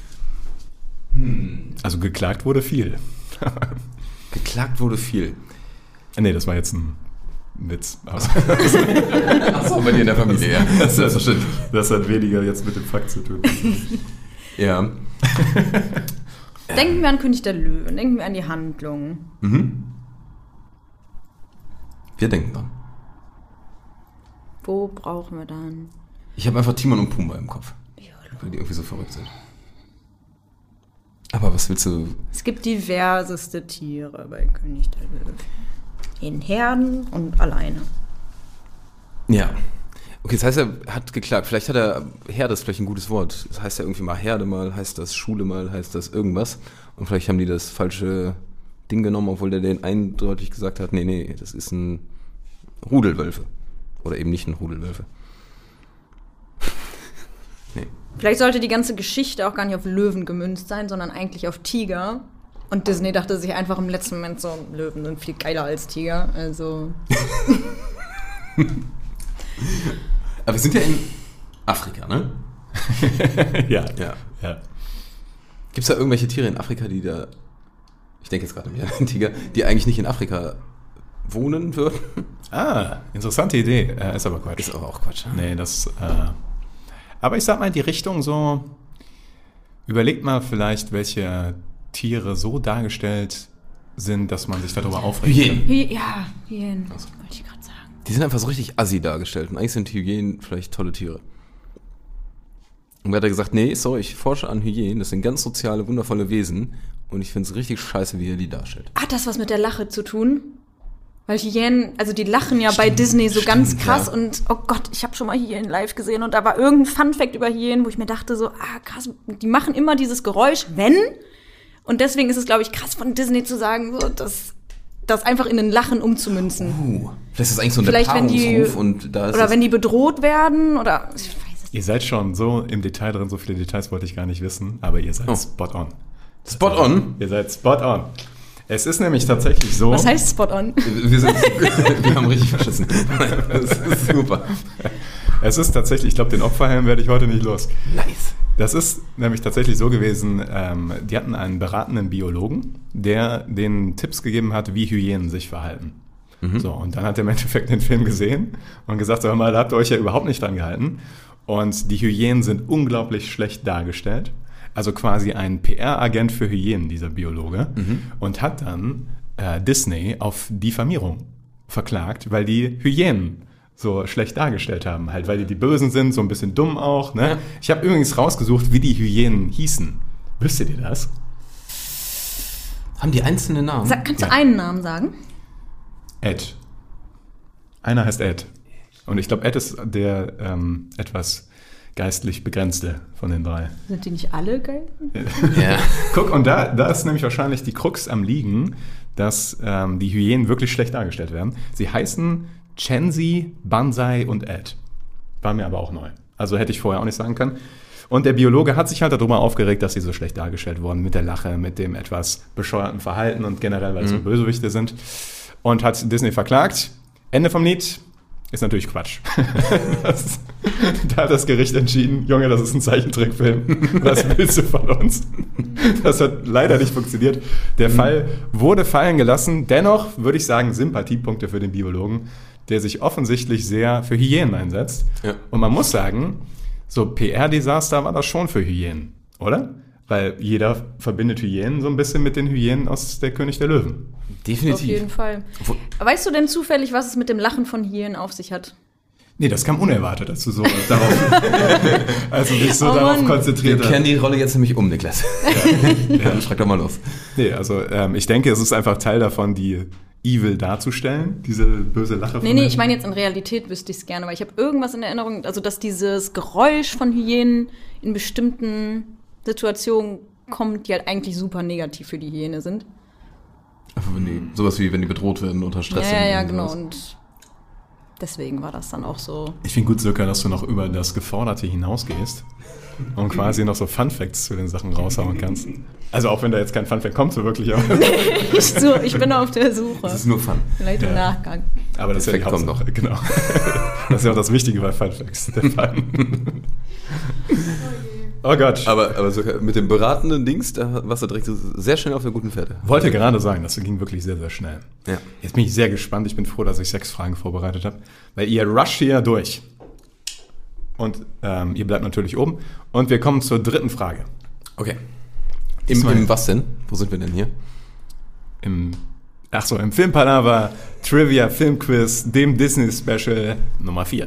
Speaker 1: also geklagt wurde viel.
Speaker 5: Geklagt wurde viel.
Speaker 1: Nee, das war jetzt ein Witz. Aber
Speaker 5: Achso, bei dir in der Familie, ja.
Speaker 1: das, hat, das hat weniger jetzt mit dem Fakt zu tun.
Speaker 5: Ja.
Speaker 6: denken wir an König der Löwen, denken wir an die Handlung.
Speaker 5: Mhm. Wir denken dran.
Speaker 6: Wo brauchen wir dann?
Speaker 5: Ich habe einfach Timon und Pumba im Kopf. Weil die irgendwie so verrückt sind. Aber was willst du...
Speaker 6: Es gibt diverseste Tiere bei König der Löwen. In Herden und alleine.
Speaker 5: Ja. Okay, das heißt, er hat geklagt. Vielleicht hat er... Herde ist vielleicht ein gutes Wort. Das heißt ja irgendwie mal Herde, mal heißt das Schule, mal heißt das irgendwas. Und vielleicht haben die das falsche Ding genommen, obwohl der den eindeutig gesagt hat, nee, nee, das ist ein Rudelwölfe. Oder eben nicht ein Rudelwölfe. Nee.
Speaker 6: Vielleicht sollte die ganze Geschichte auch gar nicht auf Löwen gemünzt sein, sondern eigentlich auf Tiger. Und Disney dachte sich einfach im letzten Moment so, Löwen sind viel geiler als Tiger. Also.
Speaker 5: Aber wir sind ja in Afrika, ne?
Speaker 1: ja.
Speaker 5: Ja.
Speaker 1: ja.
Speaker 5: Gibt es da irgendwelche Tiere in Afrika, die da... Ich denke jetzt gerade an den Tiger, die eigentlich nicht in Afrika wohnen würden?
Speaker 1: Ah, interessante Idee. Äh, ist aber Quatsch.
Speaker 5: Ist aber auch Quatsch.
Speaker 1: Nee, das... Äh, aber ich sag mal, die Richtung so... Überlegt mal vielleicht, welche Tiere so dargestellt sind, dass man sich darüber aufregt.
Speaker 5: Hyänen.
Speaker 6: Hy- ja, Hyänen, wollte ich gerade sagen.
Speaker 5: Die sind einfach so richtig assi dargestellt. Und eigentlich sind Hyänen vielleicht tolle Tiere. Und mir hat er gesagt, nee, sorry, ich forsche an Hyänen. Das sind ganz soziale, wundervolle Wesen. Und ich finde es richtig scheiße, wie er die darstellt.
Speaker 6: Hat das was mit der Lache zu tun? Weil Hyänen, also die lachen ja bei Disney so ganz krass
Speaker 5: ja.
Speaker 6: und oh Gott, ich habe schon mal Hyänen live gesehen und da war irgendein Funfact über Hyänen, wo ich mir dachte so, ah krass, die machen immer dieses Geräusch, wenn. Und deswegen ist es, glaube ich, krass von Disney zu sagen, so, das, das einfach in ein Lachen umzumünzen.
Speaker 5: Uh, vielleicht ist das eigentlich so ein
Speaker 6: Vielleicht, wenn die,
Speaker 5: Paarungsruf und da ist
Speaker 6: oder
Speaker 5: es-
Speaker 6: wenn die bedroht werden oder ich weiß es.
Speaker 1: Ihr seid schon so im Detail drin, so viele Details wollte ich gar nicht wissen, aber ihr seid
Speaker 5: Oh.
Speaker 1: spot on.
Speaker 5: Spot on?
Speaker 1: Ihr seid spot on. Es ist nämlich tatsächlich so.
Speaker 6: Was heißt Spot on?
Speaker 5: Wir, sind, wir haben richtig verschissen. Das ist super.
Speaker 1: Es ist tatsächlich, ich glaube, den Opferhelm werde ich heute nicht los.
Speaker 5: Nice.
Speaker 1: Das ist nämlich tatsächlich so gewesen, ähm, die hatten einen beratenden Biologen, der denen Tipps gegeben hat, wie Hyänen sich verhalten. Mhm. So, und dann hat er im Endeffekt den Film gesehen und gesagt, sag mal, da habt ihr euch ja überhaupt nicht dran gehalten. Und die Hyänen sind unglaublich schlecht dargestellt. Also quasi ein P R-Agent für Hyänen, dieser Biologe. Mhm. Und hat dann äh, Disney auf Diffamierung verklagt, weil die Hyänen so schlecht dargestellt haben, halt, weil die die Bösen sind, so ein bisschen dumm auch. Ne? Ja. Ich habe übrigens rausgesucht, wie die Hyänen hießen. Wüsstet ihr das?
Speaker 5: Haben die einzelne Namen?
Speaker 6: Sag, kannst du
Speaker 1: Ja.
Speaker 6: einen Namen sagen?
Speaker 1: Ed. Einer heißt Ed. Und ich glaube, Ed ist der ähm, etwas geistlich Begrenzte von den drei.
Speaker 6: Sind die nicht alle geil?
Speaker 5: Ja.
Speaker 1: Guck, und da, da ist nämlich wahrscheinlich die Krux am Liegen, dass ähm, die Hyänen wirklich schlecht dargestellt werden. Sie heißen Chenzi, Banzai und Ed. War mir aber auch neu. Also hätte ich vorher auch nicht sagen können. Und der Biologe hat sich halt darüber aufgeregt, dass sie so schlecht dargestellt wurden, mit der Lache, mit dem etwas bescheuerten Verhalten und generell, weil es
Speaker 5: Mhm.
Speaker 1: so Bösewichte sind. Und hat Disney verklagt. Ende vom Lied. Ist natürlich Quatsch. Das, da hat das Gericht entschieden, Junge, das ist ein Zeichentrickfilm. Was willst du von uns? Das hat leider nicht funktioniert. Der
Speaker 5: Mhm.
Speaker 1: Fall wurde fallen gelassen. Dennoch würde ich sagen, Sympathiepunkte für den Biologen, der sich offensichtlich sehr für Hyänen einsetzt.
Speaker 5: Ja.
Speaker 1: Und man muss sagen, so P R-Desaster war das schon für Hyänen, oder? Weil jeder verbindet Hyänen so ein bisschen mit den Hyänen aus Der König der Löwen.
Speaker 5: Definitiv.
Speaker 6: Auf jeden Fall.
Speaker 5: Wo-
Speaker 6: Weißt du denn zufällig, was es mit dem Lachen von Hyänen auf sich hat?
Speaker 1: Nee, das kam unerwartet, dass du so darauf, also dich so
Speaker 6: Oh
Speaker 1: darauf
Speaker 6: Mann.
Speaker 5: Wir
Speaker 1: konzentriert hast.
Speaker 5: kennen die Rolle jetzt nämlich um, Niklas. Ja, dann schreib doch mal los.
Speaker 1: Nee, also ähm, ich denke, es ist einfach Teil davon, die Evil darzustellen, diese böse Lache von
Speaker 6: Nee, nee,
Speaker 1: den-
Speaker 6: ich meine jetzt in Realität wüsste ich es gerne, weil ich habe irgendwas in Erinnerung, also dass dieses Geräusch von Hyänen in bestimmten Situationen kommt, die halt eigentlich super negativ für die Hyäne sind.
Speaker 5: Aber wenn die, sowas wie, wenn die bedroht werden, unter Stress
Speaker 6: Ja,
Speaker 5: sind.
Speaker 6: ja, ja,
Speaker 5: und
Speaker 6: genau.
Speaker 5: sowas.
Speaker 6: Und deswegen war das dann auch so.
Speaker 1: Ich finde gut, Sirka, dass du noch über das Geforderte hinausgehst und quasi noch so Funfacts zu den Sachen raushauen kannst. Also auch wenn da jetzt kein Funfact kommt, so wirklich, aber,
Speaker 6: Ich, so, ich bin auf der Suche.
Speaker 5: Das ist nur Fun.
Speaker 6: Vielleicht im
Speaker 1: Ja.
Speaker 6: Nachgang.
Speaker 1: aber das ist ja die
Speaker 5: Effekt kommt
Speaker 1: Hauptsache. Genau. Das ist ja auch das Wichtige bei Funfacts, der Fun. Oh Gott.
Speaker 5: Aber, aber so mit dem beratenden Dings, da warst du direkt so sehr schnell auf der guten Fährte.
Speaker 1: Wollte gerade sagen, das ging wirklich sehr, sehr schnell.
Speaker 5: Ja.
Speaker 1: Jetzt bin ich sehr gespannt. Ich bin froh, dass ich sechs Fragen vorbereitet habe, weil ihr rusht hier durch. Und ähm, ihr bleibt natürlich oben. Und wir kommen zur dritten Frage.
Speaker 5: Okay. Im,
Speaker 1: Diesmal-
Speaker 5: Im was denn? Wo sind wir denn hier?
Speaker 1: Im, ach so, im Filmpalava Trivia Filmquiz, dem Disney Special Nummer vier.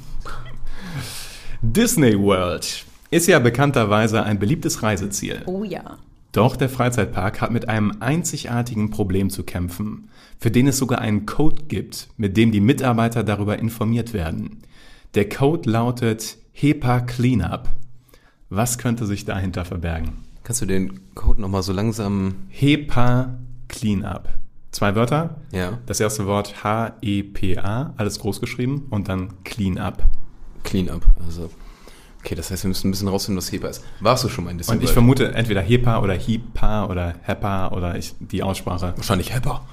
Speaker 1: Disney World ist ja bekannterweise ein beliebtes Reiseziel.
Speaker 6: Oh ja.
Speaker 1: Doch der Freizeitpark hat mit einem einzigartigen Problem zu kämpfen, für den es sogar einen Code gibt, mit dem die Mitarbeiter darüber informiert werden. Der Code lautet HEPA Cleanup. Was könnte sich dahinter verbergen?
Speaker 5: Kannst du den Code nochmal so langsam...
Speaker 1: HEPA Cleanup. Zwei Wörter.
Speaker 5: Ja.
Speaker 1: Das erste Wort H E P A, alles groß geschrieben, und dann Cleanup.
Speaker 5: Cleanup. Also, okay, das heißt, wir müssen ein bisschen rausfinden, was HEPA ist. Warst du schon mal in Disney
Speaker 1: Und ich
Speaker 5: World?
Speaker 1: vermute entweder HEPA oder HIPA oder HEPA oder ich, die Aussprache.
Speaker 5: Wahrscheinlich HEPA.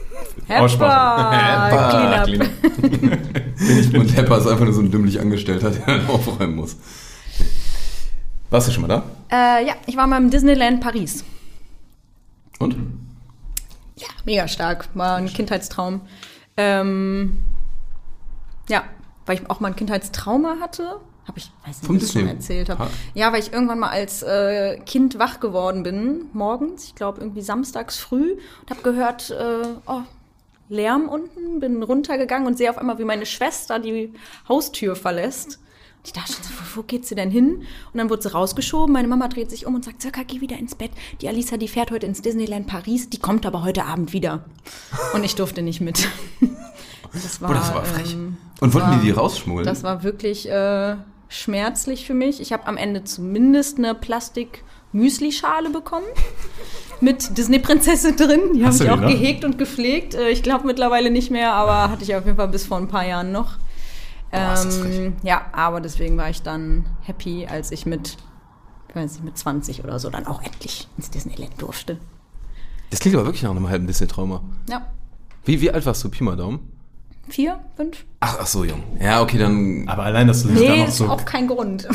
Speaker 6: Heppa! Cleanup.
Speaker 5: Und HEPA ist einfach nur so ein dümmlich Angestellter, der dann aufräumen muss. Warst du schon mal da?
Speaker 6: Äh, ja, ich war mal im Disneyland Paris.
Speaker 5: Und?
Speaker 6: Ja, mega stark. War ein Kindheitstraum. Ähm, ja, weil ich auch mal ein Kindheitstrauma hatte. Habe ich, weiß nicht,
Speaker 5: Vom
Speaker 6: ob ich das schon
Speaker 5: Disney
Speaker 6: erzählt habe.
Speaker 5: Park?
Speaker 6: Ja, weil ich irgendwann mal als äh, Kind wach geworden bin, morgens, ich glaube irgendwie samstags früh, und habe gehört, äh, oh, Lärm unten, bin runtergegangen und sehe auf einmal, wie meine Schwester die Haustür verlässt. Und ich dachte schon so, wo, wo geht sie denn hin? Und dann wurde sie rausgeschoben, meine Mama dreht sich um und sagt, Circa, geh wieder ins Bett. Die Alisa, die fährt heute ins Disneyland Paris, die kommt aber heute Abend wieder. Und ich durfte nicht mit. Das war,
Speaker 5: Oh, das war frech.
Speaker 6: ähm,
Speaker 5: Und wollten
Speaker 6: war-
Speaker 5: die die rausschmuggeln?
Speaker 6: Das war wirklich äh, schmerzlich für mich. Ich habe am Ende zumindest eine Plastik-Müsli-Schale bekommen mit Disney-Prinzessin drin. Die habe
Speaker 1: Hast du
Speaker 6: ich
Speaker 1: die
Speaker 6: auch
Speaker 1: noch?
Speaker 6: gehegt und gepflegt. Äh, ich glaube mittlerweile nicht mehr, aber hatte ich auf jeden Fall bis vor ein paar Jahren noch.
Speaker 5: Boah, ist das
Speaker 6: Ähm, ja, aber deswegen war ich dann happy, als ich mit, ich weiß nicht, mit zwanzig oder so dann auch endlich ins Disneyland durfte.
Speaker 5: Das klingt aber wirklich nach einem halben Disney-Trauma.
Speaker 6: Ja.
Speaker 5: Wie, wie alt warst du, Pi mal Daumen?
Speaker 6: Vier, fünf?
Speaker 5: Ach, ach so, jung. Ja, okay, dann...
Speaker 1: Aber allein, dass du dich da
Speaker 6: Nee,
Speaker 1: noch
Speaker 6: ist
Speaker 1: so...
Speaker 6: auch kein Grund.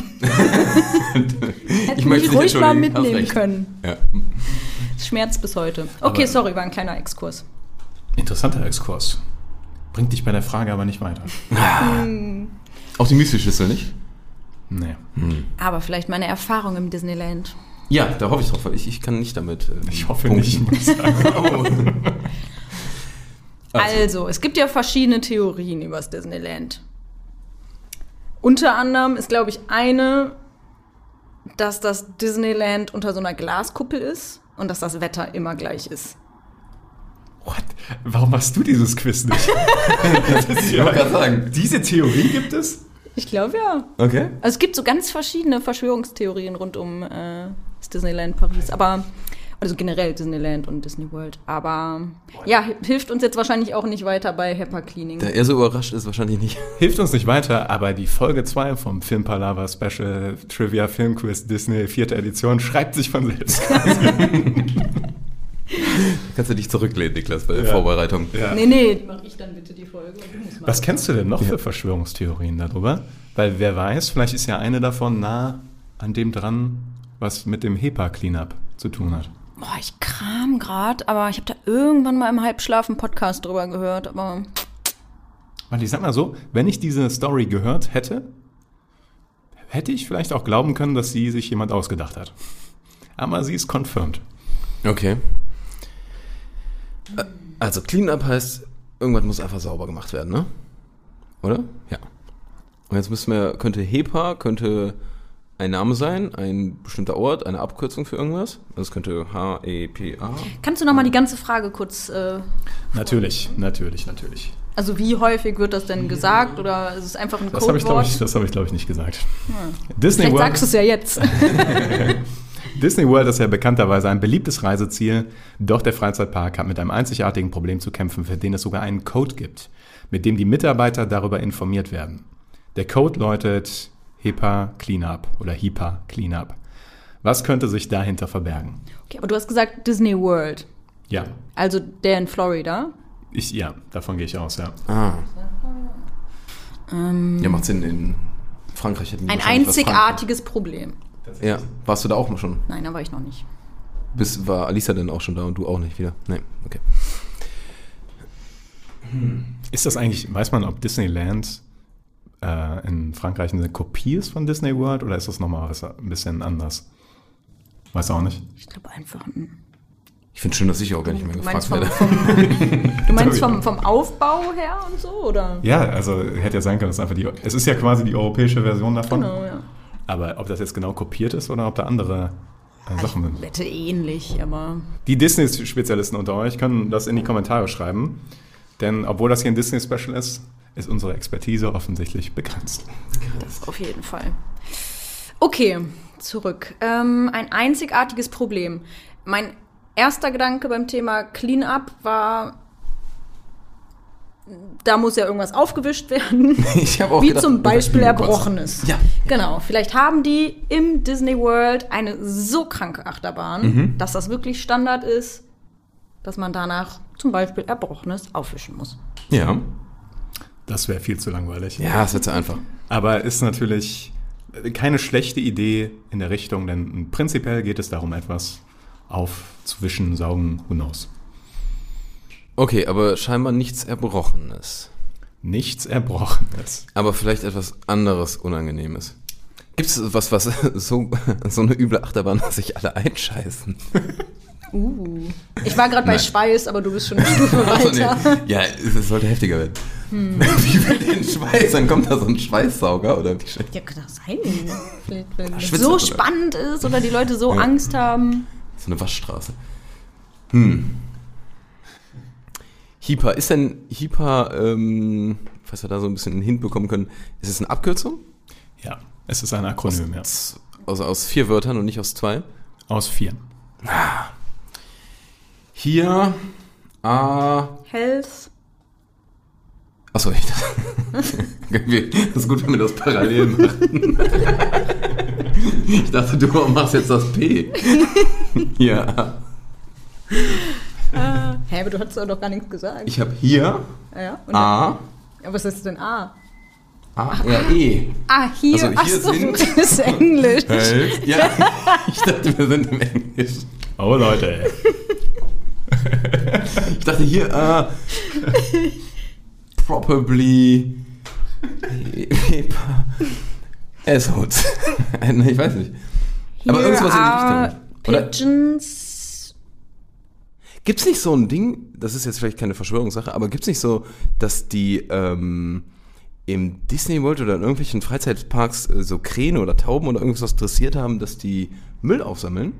Speaker 5: ich
Speaker 6: Hätte mich ruhig mal
Speaker 5: entschuldigen, hast
Speaker 6: mitnehmen
Speaker 5: recht.
Speaker 6: können.
Speaker 5: Ja.
Speaker 6: Schmerzt bis heute. Okay,
Speaker 1: Aber-
Speaker 6: sorry, war ein kleiner Exkurs.
Speaker 1: Interessanter Exkurs. Bringt dich bei der Frage aber nicht weiter.
Speaker 5: Auch die Müsli-Schüssel, nicht?
Speaker 1: Nee.
Speaker 6: Aber vielleicht meine Erfahrung im Disneyland.
Speaker 5: Ja, da hoffe ich drauf, weil ich, ich kann nicht damit ähm,
Speaker 1: Ich hoffe
Speaker 5: punkten.
Speaker 1: nicht, muss ich sagen.
Speaker 6: Also, es gibt ja verschiedene Theorien über das Disneyland. Unter anderem ist, glaube ich, eine, dass das Disneyland unter so einer Glaskuppel ist und dass das Wetter immer gleich ist.
Speaker 1: What? Warum machst du dieses Quiz nicht? Das ist ja,
Speaker 5: wollte gerade sagen.
Speaker 1: Diese Theorie gibt es?
Speaker 6: Ich glaube ja.
Speaker 5: Okay.
Speaker 6: Also es gibt so ganz verschiedene Verschwörungstheorien rund um äh, das Disneyland Paris, aber also generell Disneyland und Disney World. Aber ja, hi- hilft uns jetzt wahrscheinlich auch nicht weiter bei HEPA Cleaning.
Speaker 5: Da er so überrascht ist, wahrscheinlich nicht.
Speaker 1: Hilft uns nicht weiter, aber die Folge zwei vom Filmpalava Special Trivia Filmquiz Disney vierte Edition schreibt sich von selbst.
Speaker 5: Kannst du dich zurücklehnen, Niklas, bei der
Speaker 1: Ja.
Speaker 5: Vorbereitung.
Speaker 1: Ja.
Speaker 6: Nee, nee, mach ich dann bitte die Folge. Und du musst machen.
Speaker 1: Was kennst du denn noch für Verschwörungstheorien darüber? Weil wer weiß, vielleicht ist ja eine davon nah an dem dran, was mit dem HEPA-Cleanup zu tun hat.
Speaker 6: Boah, ich kram grad, aber ich habe da irgendwann mal im Halbschlaf einen Podcast drüber gehört, aber
Speaker 1: Weil ich sag mal so, wenn ich diese Story gehört hätte, hätte ich vielleicht auch glauben können, dass sie sich jemand ausgedacht hat. Aber sie ist confirmed.
Speaker 5: Okay. Ä- Also Cleanup heißt, irgendwas muss einfach sauber gemacht werden, ne? Oder? Ja. Und jetzt müssen wir, könnte HEPA, könnte ein Name sein, ein bestimmter Ort, eine Abkürzung für irgendwas. Also es könnte H E P A.
Speaker 6: kannst du noch mal die ganze Frage kurz, äh,
Speaker 1: Natürlich, natürlich, natürlich.
Speaker 6: also wie häufig wird das denn gesagt oder ist es einfach ein
Speaker 1: Das habe ich, glaube
Speaker 6: Codewort?
Speaker 1: ich, das hab ich, glaub ich, nicht gesagt. Disney
Speaker 6: Vielleicht
Speaker 1: World,
Speaker 6: sagst du es ja jetzt.
Speaker 1: Disney World ist ja bekannterweise ein beliebtes Reiseziel, doch der Freizeitpark hat mit einem einzigartigen Problem zu kämpfen, für den es sogar einen Code gibt, mit dem die Mitarbeiter darüber informiert werden. Der Code lautet HEPA Cleanup oder HEPA Cleanup. Was könnte sich dahinter verbergen?
Speaker 6: Okay, aber du hast gesagt Disney World,
Speaker 1: Ja,
Speaker 6: also der in Florida.
Speaker 1: ich, ja, davon gehe ich aus, ja.
Speaker 5: Ah. Ja, macht Sinn. In Frankreich hätten die
Speaker 6: Ein
Speaker 5: wahrscheinlich was
Speaker 6: einzigartiges Problem.
Speaker 5: Frankreich. Ja. Warst du da auch mal schon?
Speaker 6: Nein, da war ich noch nicht.
Speaker 5: Bis, war Alisa denn auch schon da und du auch nicht wieder? Nee, okay.
Speaker 1: Ist das eigentlich, weiß man, ob Disneyland äh, in Frankreich eine Kopie ist von Disney World oder ist das nochmal was ein bisschen anders? Weiß auch nicht.
Speaker 6: Ich glaube einfach ein.
Speaker 5: Ich finde schön, dass ich auch gar nicht mehr
Speaker 6: Du
Speaker 5: gefragt
Speaker 6: meinst, vom,
Speaker 5: werde.
Speaker 6: vom, du meinst vom, vom Aufbau her und so, oder?
Speaker 1: Ja, also hätte ja sein können, dass einfach die, es ist ja quasi die europäische Version davon.
Speaker 6: Genau, ja.
Speaker 1: Aber ob das jetzt genau kopiert ist oder ob da andere äh, Sachen sind.
Speaker 6: Wette ähnlich, aber.
Speaker 1: Die Disney-Spezialisten unter euch können das in die Kommentare schreiben. Denn obwohl das hier ein Disney-Special ist, ist unsere Expertise offensichtlich begrenzt.
Speaker 6: Das auf jeden Fall. Okay, zurück. Ähm, ein einzigartiges Problem. Mein erster Gedanke beim Thema Cleanup war, da muss ja irgendwas aufgewischt werden.
Speaker 5: Ich habe auch
Speaker 6: Wie
Speaker 5: gedacht,
Speaker 6: zum Beispiel
Speaker 5: Überkotz.
Speaker 6: Erbrochenes.
Speaker 5: Ja.
Speaker 6: Genau, vielleicht haben die im Disney World eine so kranke Achterbahn,
Speaker 5: Mhm.
Speaker 6: dass das wirklich Standard ist, dass man danach zum Beispiel Erbrochenes aufwischen muss.
Speaker 5: Ja.
Speaker 1: Das wäre viel zu langweilig.
Speaker 5: Ja, das wird ja einfach.
Speaker 1: Aber ist natürlich keine schlechte Idee in der Richtung, denn prinzipiell geht es darum, etwas aufzuwischen, saugen, who knows.
Speaker 5: Okay, aber scheinbar nichts Erbrochenes.
Speaker 1: Nichts Erbrochenes.
Speaker 5: Aber vielleicht etwas anderes Unangenehmes. Gibt es was, was so, so eine üble Achterbahn, dass sich alle einscheißen?
Speaker 6: Uh. Ich war gerade bei
Speaker 5: Nein.
Speaker 6: Schweiß, aber du bist schon eine Stufe
Speaker 5: Ach so,
Speaker 6: weiter.
Speaker 5: nee. Ja, es sollte heftiger werden. Wie viel den Schweiß? Dann kommt da so ein Schweißsauger oder wie schön.
Speaker 6: Ja, kann das sein. Vielleicht, wenn es
Speaker 5: schwitzt
Speaker 6: so
Speaker 5: das, oder?
Speaker 6: spannend ist oder die Leute so
Speaker 5: Ja.
Speaker 6: Angst haben.
Speaker 5: So eine Waschstraße. Hm. HEPA, ist denn HEPA, ähm, falls wir da so ein bisschen einen Hint bekommen können, ist es eine Abkürzung?
Speaker 1: Ja, es ist ein Akronym, ja.
Speaker 5: Also aus vier Wörtern und nicht aus zwei?
Speaker 1: Aus vier.
Speaker 5: Hier, A.
Speaker 6: Health.
Speaker 5: Achso, ich dachte. Das ist gut, wenn wir das parallel machen. Ich dachte, du machst jetzt das P. Ja.
Speaker 6: Hä, aber du hast doch gar nichts gesagt.
Speaker 5: Ich habe hier
Speaker 6: ja, und
Speaker 5: A.
Speaker 6: Ja, was ist denn A?
Speaker 5: A, ja, E.
Speaker 6: Ah, hier.
Speaker 5: Also hier
Speaker 6: Ach so,
Speaker 5: sind-
Speaker 6: das ist Englisch.
Speaker 5: Hälfte. Ja, ich dachte, wir sind im Englisch.
Speaker 1: Oh, Leute, ey.
Speaker 5: Ich dachte hier, äh, probably assholes. Ich weiß nicht. Aber
Speaker 6: Here
Speaker 5: irgendwas in die
Speaker 6: are
Speaker 5: Richtung. Oder
Speaker 6: Pigeons.
Speaker 5: gibt's nicht so ein Ding, das ist jetzt vielleicht keine Verschwörungssache, aber gibt's nicht so, dass die ähm, im Disney World oder in irgendwelchen Freizeitparks äh, so Krähen oder Tauben oder irgendwas dressiert haben, dass die Müll aufsammeln?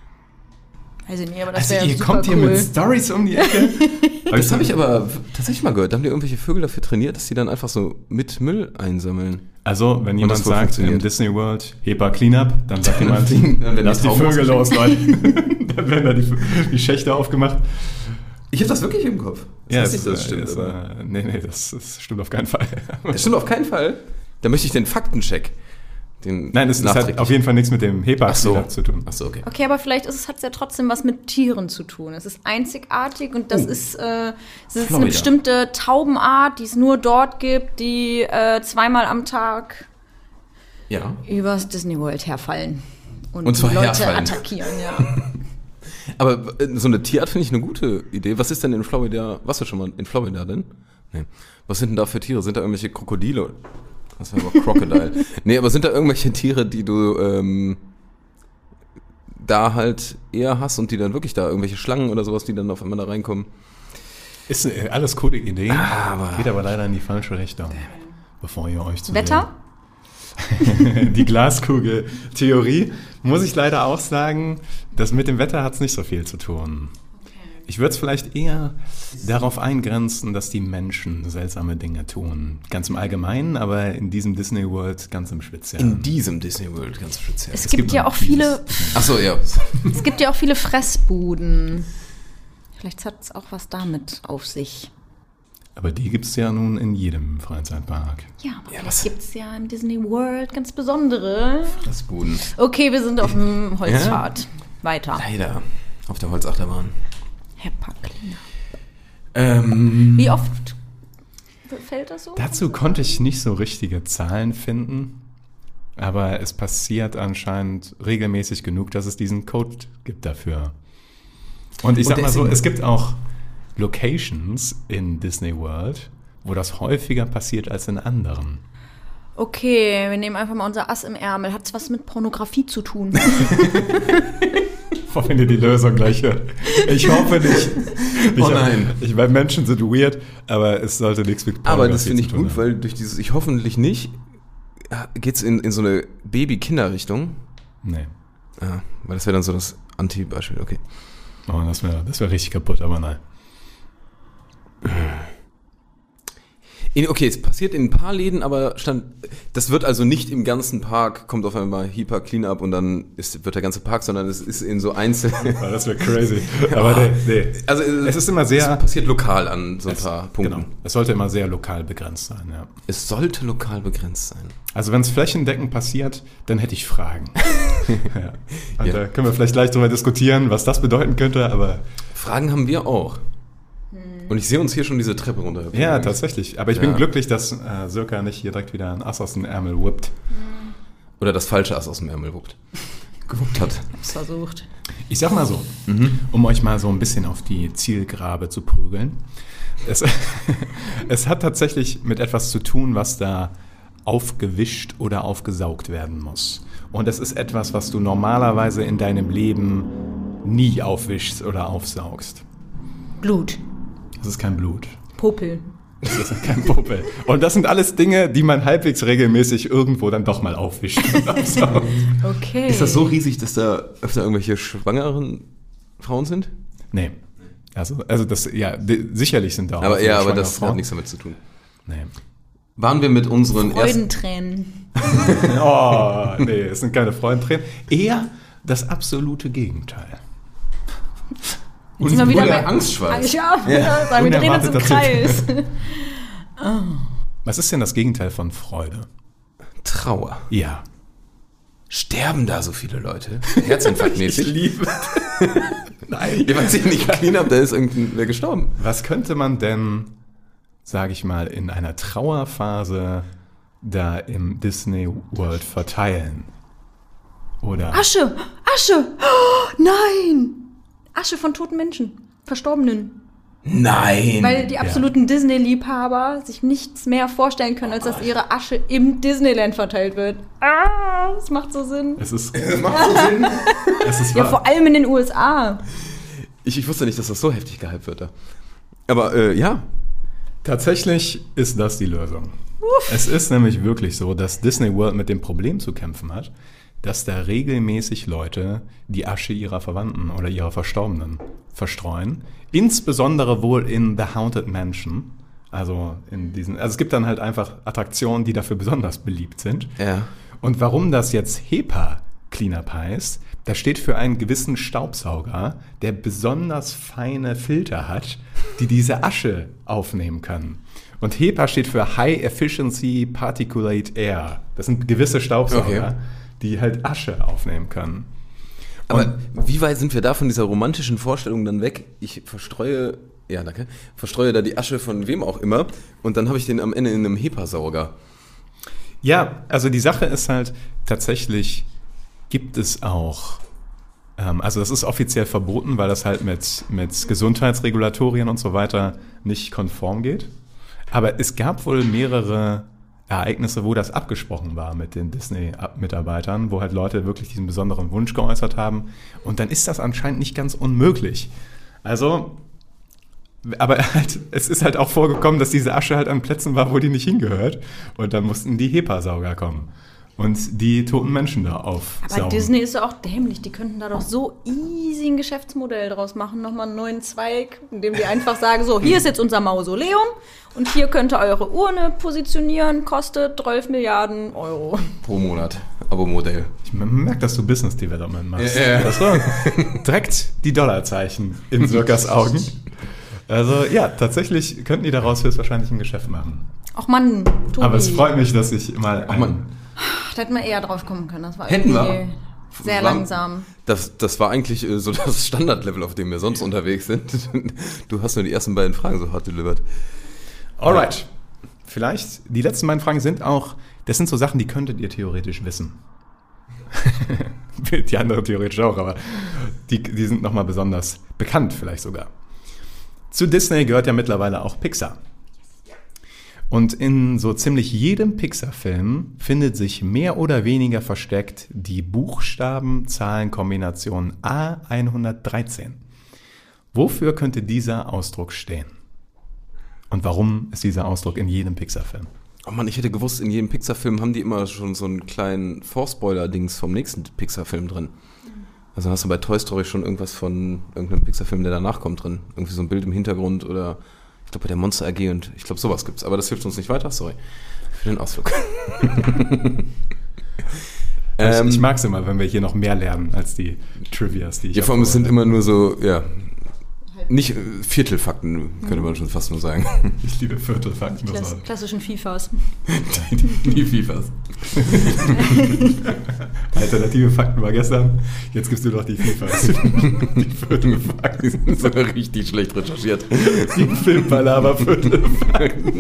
Speaker 6: Weiß ich nicht, aber das
Speaker 1: Also
Speaker 6: wäre
Speaker 1: ihr
Speaker 6: super
Speaker 1: kommt
Speaker 6: cool.
Speaker 1: hier mit Stories um die Ecke.
Speaker 5: Das habe ich aber tatsächlich mal gehört. Da haben die irgendwelche Vögel dafür trainiert, dass die dann einfach so mit Müll einsammeln.
Speaker 1: Also, wenn
Speaker 5: Und
Speaker 1: jemand
Speaker 5: das wohl
Speaker 1: sagt im
Speaker 5: funktioniert.
Speaker 1: Disney World, HEPA Cleanup, dann sagt jemand,
Speaker 5: Dann werden
Speaker 1: lass
Speaker 5: die
Speaker 1: die
Speaker 5: Tauben
Speaker 1: Vögel los,
Speaker 5: ausgekriegt.
Speaker 1: Leute. Dann werden da die, die Schächte aufgemacht.
Speaker 5: Ich habe das wirklich im Kopf. Das
Speaker 1: Ja,
Speaker 5: heißt
Speaker 1: es
Speaker 5: nicht, dass
Speaker 1: ist,
Speaker 5: es stimmt.
Speaker 1: ist,
Speaker 5: aber
Speaker 1: äh, nee, nee, das, das stimmt auf keinen Fall.
Speaker 5: das stimmt auf keinen Fall. Da möchte ich den Faktencheck. Den
Speaker 1: Nein, es, es hat
Speaker 5: nachträglich.
Speaker 1: auf jeden Fall nichts mit dem HEPA
Speaker 5: Ach so.
Speaker 1: zu tun.
Speaker 5: Ach so, okay.
Speaker 6: Okay, aber vielleicht hat es ja trotzdem was mit Tieren zu tun. Es ist einzigartig und das
Speaker 5: Oh.
Speaker 6: ist, äh, es ist
Speaker 5: Florida.
Speaker 6: eine bestimmte Taubenart, die es nur dort gibt, die äh, zweimal am Tag
Speaker 5: Ja.
Speaker 6: übers Disney World herfallen. Und,
Speaker 5: Und zwar
Speaker 6: die Leute
Speaker 5: herfallen.
Speaker 6: attackieren, ja.
Speaker 5: Aber äh, so eine Tierart finde ich eine gute Idee. Was ist denn in Florida? Warst du schon mal in Florida denn? Nee. Was sind denn da für Tiere? Sind da irgendwelche Krokodile? Das war aber Crocodile. Nee, aber sind da irgendwelche Tiere, die du ähm, da halt eher hast und die dann wirklich da, irgendwelche Schlangen oder sowas, die dann auf einmal da reinkommen?
Speaker 1: Ist äh, alles coole Ideen,
Speaker 5: Aber-
Speaker 1: geht aber leider in die falsche Richtung. Bevor ihr euch zu
Speaker 6: Wetter?
Speaker 1: sehr- Die Glaskugel-Theorie, muss ich leider auch sagen, das mit dem Wetter hat es nicht so viel zu tun. Ich würde es vielleicht eher darauf eingrenzen, dass die Menschen seltsame Dinge tun. Ganz im Allgemeinen, aber in diesem Disney World ganz im Speziellen.
Speaker 5: In diesem Disney World ganz speziell.
Speaker 6: Es,
Speaker 1: Es
Speaker 6: gibt
Speaker 1: gibt
Speaker 6: ja
Speaker 1: noch
Speaker 6: auch viele,
Speaker 5: Ach so, ja.
Speaker 6: es gibt ja auch viele Fressbuden. Vielleicht hat es auch was damit auf sich.
Speaker 1: Aber die gibt es ja nun in jedem Freizeitpark.
Speaker 6: Ja, aber
Speaker 5: Ja,
Speaker 6: ja,
Speaker 5: was-
Speaker 6: gibt es ja im Disney World ganz besondere.
Speaker 5: Das Boden.
Speaker 6: Okay, wir sind auf dem Holzpfad. Weiter.
Speaker 5: Leider. Auf der Holzachterbahn.
Speaker 6: HEPA Cleanup.
Speaker 5: Ähm,
Speaker 6: Wie oft fällt das so?
Speaker 1: Dazu konnte ich nicht so richtige Zahlen finden, aber es passiert anscheinend regelmäßig genug, dass es diesen Code gibt dafür. Und ich
Speaker 5: Und
Speaker 1: sag mal so,
Speaker 5: deswegen-
Speaker 1: es gibt auch Locations in Disney World, wo das häufiger passiert als in anderen.
Speaker 6: Okay, wir nehmen einfach mal unser Ass im Ärmel. Hat es was mit Pornografie zu tun?
Speaker 1: Boah, wenn ihr die Lösung gleich hört. Ich hoffe nicht. Ich,
Speaker 5: Oh nein.
Speaker 1: Ich meine, Menschen sind weird, aber es sollte nichts mit Pornografie
Speaker 5: aber das finde ich
Speaker 1: zu tun
Speaker 5: gut,
Speaker 1: haben.
Speaker 5: weil durch dieses Ich hoffentlich nicht geht's in, in so eine Baby-Kinder-Richtung.
Speaker 1: Nee.
Speaker 5: Ah, weil das wäre dann so das Anti-Beispiel, okay.
Speaker 1: Oh, das wäre das wär richtig kaputt, aber nein.
Speaker 5: In, okay, es passiert in ein paar Läden, aber stand, das wird also nicht im ganzen Park, kommt auf einmal HEPA Cleanup und dann ist, wird der ganze Park, sondern es ist in so einzelnen.
Speaker 1: Oh, das wäre crazy. Aber nee, nee.
Speaker 5: Also
Speaker 1: Es ist immer sehr-
Speaker 5: Es passiert lokal an so ein paar Punkten.
Speaker 1: Genau. Es sollte immer sehr lokal begrenzt sein, ja.
Speaker 5: Es sollte lokal begrenzt sein.
Speaker 1: Also wenn es flächendeckend passiert, dann hätte ich Fragen. ja. Und
Speaker 5: Ja.
Speaker 1: da können wir vielleicht gleich drüber diskutieren, was das bedeuten könnte, aber
Speaker 5: Fragen haben wir auch. Und ich sehe uns hier schon diese Treppe runter.
Speaker 1: ja, tatsächlich. Aber ich bin
Speaker 5: Ja.
Speaker 1: glücklich, dass äh, Sirka nicht hier direkt wieder ein Ass aus dem Ärmel whippt.
Speaker 5: Oder das falsche Ass aus dem Ärmel wuppt. Gewuppt hat.
Speaker 6: Hab's versucht.
Speaker 1: Ich sag mal so, um euch mal so ein bisschen auf die Zielgrabe zu prügeln. Es, es hat tatsächlich mit etwas zu tun, was da aufgewischt oder aufgesaugt werden muss. Und es ist etwas, was du normalerweise in deinem Leben nie aufwischst oder aufsaugst.
Speaker 6: Blut.
Speaker 1: Das ist kein Blut.
Speaker 6: Popel.
Speaker 1: Das ist kein Popel. Und das sind alles Dinge, die man halbwegs regelmäßig irgendwo dann doch mal aufwischt und aufsaugt.
Speaker 6: Okay.
Speaker 5: Ist das so riesig, dass da öfter irgendwelche schwangeren Frauen sind?
Speaker 1: Nee. Also, also das, ja, di- sicherlich sind da auch
Speaker 5: Aber
Speaker 1: viele
Speaker 5: ja, aber
Speaker 1: schwangere
Speaker 5: das
Speaker 1: Frauen.
Speaker 5: hat nichts damit zu tun.
Speaker 1: Nee.
Speaker 5: Waren wir mit unseren ersten...
Speaker 6: Freudentränen.
Speaker 1: Oh, nee, es sind keine Freudentränen. Eher das absolute Gegenteil.
Speaker 6: Jetzt sind wir wieder
Speaker 5: Oder
Speaker 6: bei
Speaker 5: Angstschweiß.
Speaker 6: Ja, ja. Sagen, wir drehen uns im
Speaker 1: Unerwarteter
Speaker 6: Kreis.
Speaker 1: Was ist denn das Gegenteil von Freude?
Speaker 5: Trauer.
Speaker 1: Ja.
Speaker 5: Sterben da so viele Leute? Herzinfarktmäßig?
Speaker 1: Ich liebe. Nein.
Speaker 5: Ja, was ich nicht clean habe, da ist irgendwer gestorben.
Speaker 1: Was könnte man denn, sage ich mal, in einer Trauerphase da im Disney World verteilen? Oder?
Speaker 6: Asche! Asche! Oh, nein! Asche von toten Menschen. Verstorbenen.
Speaker 5: Nein!
Speaker 6: Weil die absoluten ja. Disney-Liebhaber sich nichts mehr vorstellen können, als dass ihre Asche im Disneyland verteilt wird. Ah, das macht so Sinn.
Speaker 1: Es ist,
Speaker 5: es macht so Sinn.
Speaker 1: Es ist
Speaker 6: ja,
Speaker 1: wahr.
Speaker 6: vor allem in den U S A.
Speaker 5: Ich, ich wusste nicht, dass das so heftig gehypt wird da. Aber äh, ja.
Speaker 1: Tatsächlich ist das die Lösung. Uff. Es ist nämlich wirklich so, dass Disney World mit dem Problem zu kämpfen hat, dass da regelmäßig Leute die Asche ihrer Verwandten oder ihrer Verstorbenen verstreuen. Insbesondere wohl in The Haunted Mansion. Also in diesen, also es gibt dann halt einfach Attraktionen, die dafür besonders beliebt sind.
Speaker 5: Ja.
Speaker 1: Und warum das jetzt HEPA Cleanup heißt, das steht für einen gewissen Staubsauger, der besonders feine Filter hat, die diese Asche aufnehmen können. Und HEPA steht für High Efficiency Particulate Air. Das sind gewisse Staubsauger, okay. die halt Asche aufnehmen können.
Speaker 5: Aber und wie weit sind wir da von dieser romantischen Vorstellung dann weg? Ich verstreue, ja danke, verstreue da die Asche von wem auch immer und dann habe ich den am Ende in einem HEPA-Sauger.
Speaker 1: Ja, also die Sache ist halt, tatsächlich gibt es auch, ähm, also das ist offiziell verboten, weil das halt mit, mit Gesundheitsregulatorien und so weiter nicht konform geht. Aber es gab wohl mehrere Ereignisse, wo das abgesprochen war mit den Disney-Mitarbeitern, wo halt Leute wirklich diesen besonderen Wunsch geäußert haben. Und dann ist das anscheinend nicht ganz unmöglich. Also, aber halt, es ist halt auch vorgekommen, dass diese Asche halt an Plätzen war, wo die nicht hingehört. Und dann mussten die HEPA-Sauger kommen und die toten Menschen da aufsaugen.
Speaker 6: Aber Disney ist ja auch dämlich. Die könnten da doch so easy ein Geschäftsmodell draus machen. Nochmal einen neuen Zweig, indem die einfach sagen, so, hier ist jetzt unser Mausoleum und hier könnt ihr eure Urne positionieren, kostet zwölf Milliarden Euro.
Speaker 5: Pro Monat, Abo-Modell.
Speaker 1: Ich merke, dass du Business Development machst.
Speaker 5: Ja, ja.
Speaker 1: Das war direkt die Dollarzeichen in Sirkas Augen. Also ja, tatsächlich könnten die daraus höchstwahrscheinlich ein Geschäft machen.
Speaker 6: Ach Mann, Tobi.
Speaker 1: Aber es freut mich, dass ich mal
Speaker 5: Ach Mann.
Speaker 6: Da hätten wir eher drauf kommen können. Das war
Speaker 5: Hätten
Speaker 6: irgendwie
Speaker 5: wir.
Speaker 6: sehr
Speaker 5: war,
Speaker 6: langsam.
Speaker 5: Das, das war eigentlich äh, so das Standardlevel, auf dem wir sonst unterwegs sind. Du hast nur die ersten beiden Fragen so hart delivered.
Speaker 1: Alright. Vielleicht, die letzten beiden Fragen sind auch, das sind so Sachen, die könntet ihr theoretisch wissen. Die anderen theoretisch auch, aber die, die sind nochmal besonders bekannt vielleicht sogar. Zu Disney gehört ja mittlerweile auch Pixar. Und in so ziemlich jedem Pixar-Film findet sich mehr oder weniger versteckt die Buchstaben-Zahlen-Kombination A hundertdreizehn. Wofür könnte dieser Ausdruck stehen? Und warum ist dieser Ausdruck in jedem Pixar-Film?
Speaker 5: Oh Mann, ich hätte gewusst, in jedem Pixar-Film haben die immer schon so einen kleinen Vorspoiler-Dings vom nächsten Pixar-Film drin. Also hast du bei Toy Story schon irgendwas von irgendeinem Pixar-Film, der danach kommt, drin. Irgendwie so ein Bild im Hintergrund oder ich glaube bei der Monster A G und ich glaube sowas gibt's. Aber das hilft uns nicht weiter, sorry. Für den Ausflug.
Speaker 1: ähm, ich mag es immer, wenn wir hier noch mehr lernen als die Trivias, die ich
Speaker 5: ja, vor allem es sind immer nur so, ja, nicht äh, Viertelfakten, könnte man schon fast nur sagen.
Speaker 1: Ich liebe Viertelfakten.
Speaker 6: Klass, klassischen FIFAs.
Speaker 5: die, die FIFAs.
Speaker 1: Alternative Fakten war gestern, jetzt gibst du doch die FIFAs. Die Viertelfakten.
Speaker 5: Die sind so richtig schlecht recherchiert.
Speaker 1: Die Filmpalava Viertelfakten.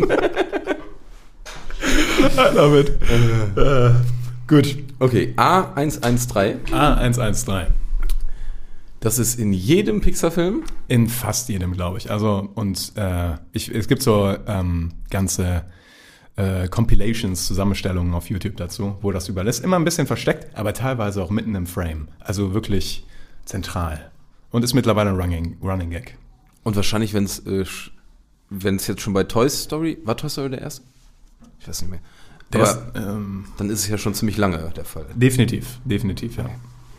Speaker 1: I love it. Uh, gut.
Speaker 5: Okay, A hundertzehn.
Speaker 1: A hundertzehn.
Speaker 5: Das ist in jedem Pixar-Film?
Speaker 1: In fast jedem, glaube ich. Also, und äh, ich, es gibt so ähm, ganze äh, Compilations, Zusammenstellungen auf YouTube dazu, wo das überall ist. Immer ein bisschen versteckt, aber teilweise auch mitten im Frame. Also wirklich zentral. Und ist mittlerweile ein Running, Running Gag.
Speaker 5: Und wahrscheinlich, wenn es äh, wenn es jetzt schon bei Toy Story, war Toy Story der erste? Ich weiß nicht mehr.
Speaker 1: Der
Speaker 5: aber
Speaker 1: ist, ähm,
Speaker 5: dann ist es ja schon ziemlich lange der Fall.
Speaker 1: Definitiv, definitiv, ja.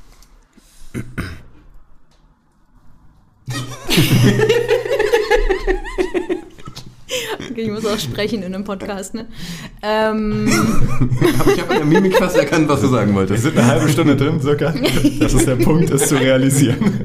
Speaker 6: Okay, ich muss auch sprechen in einem Podcast, ne? Ähm.
Speaker 5: Ich habe in der Mimik fast erkannt, was du sagen wolltest.
Speaker 1: Wir sind eine halbe Stunde drin, circa. Das ist der Punkt, es zu realisieren.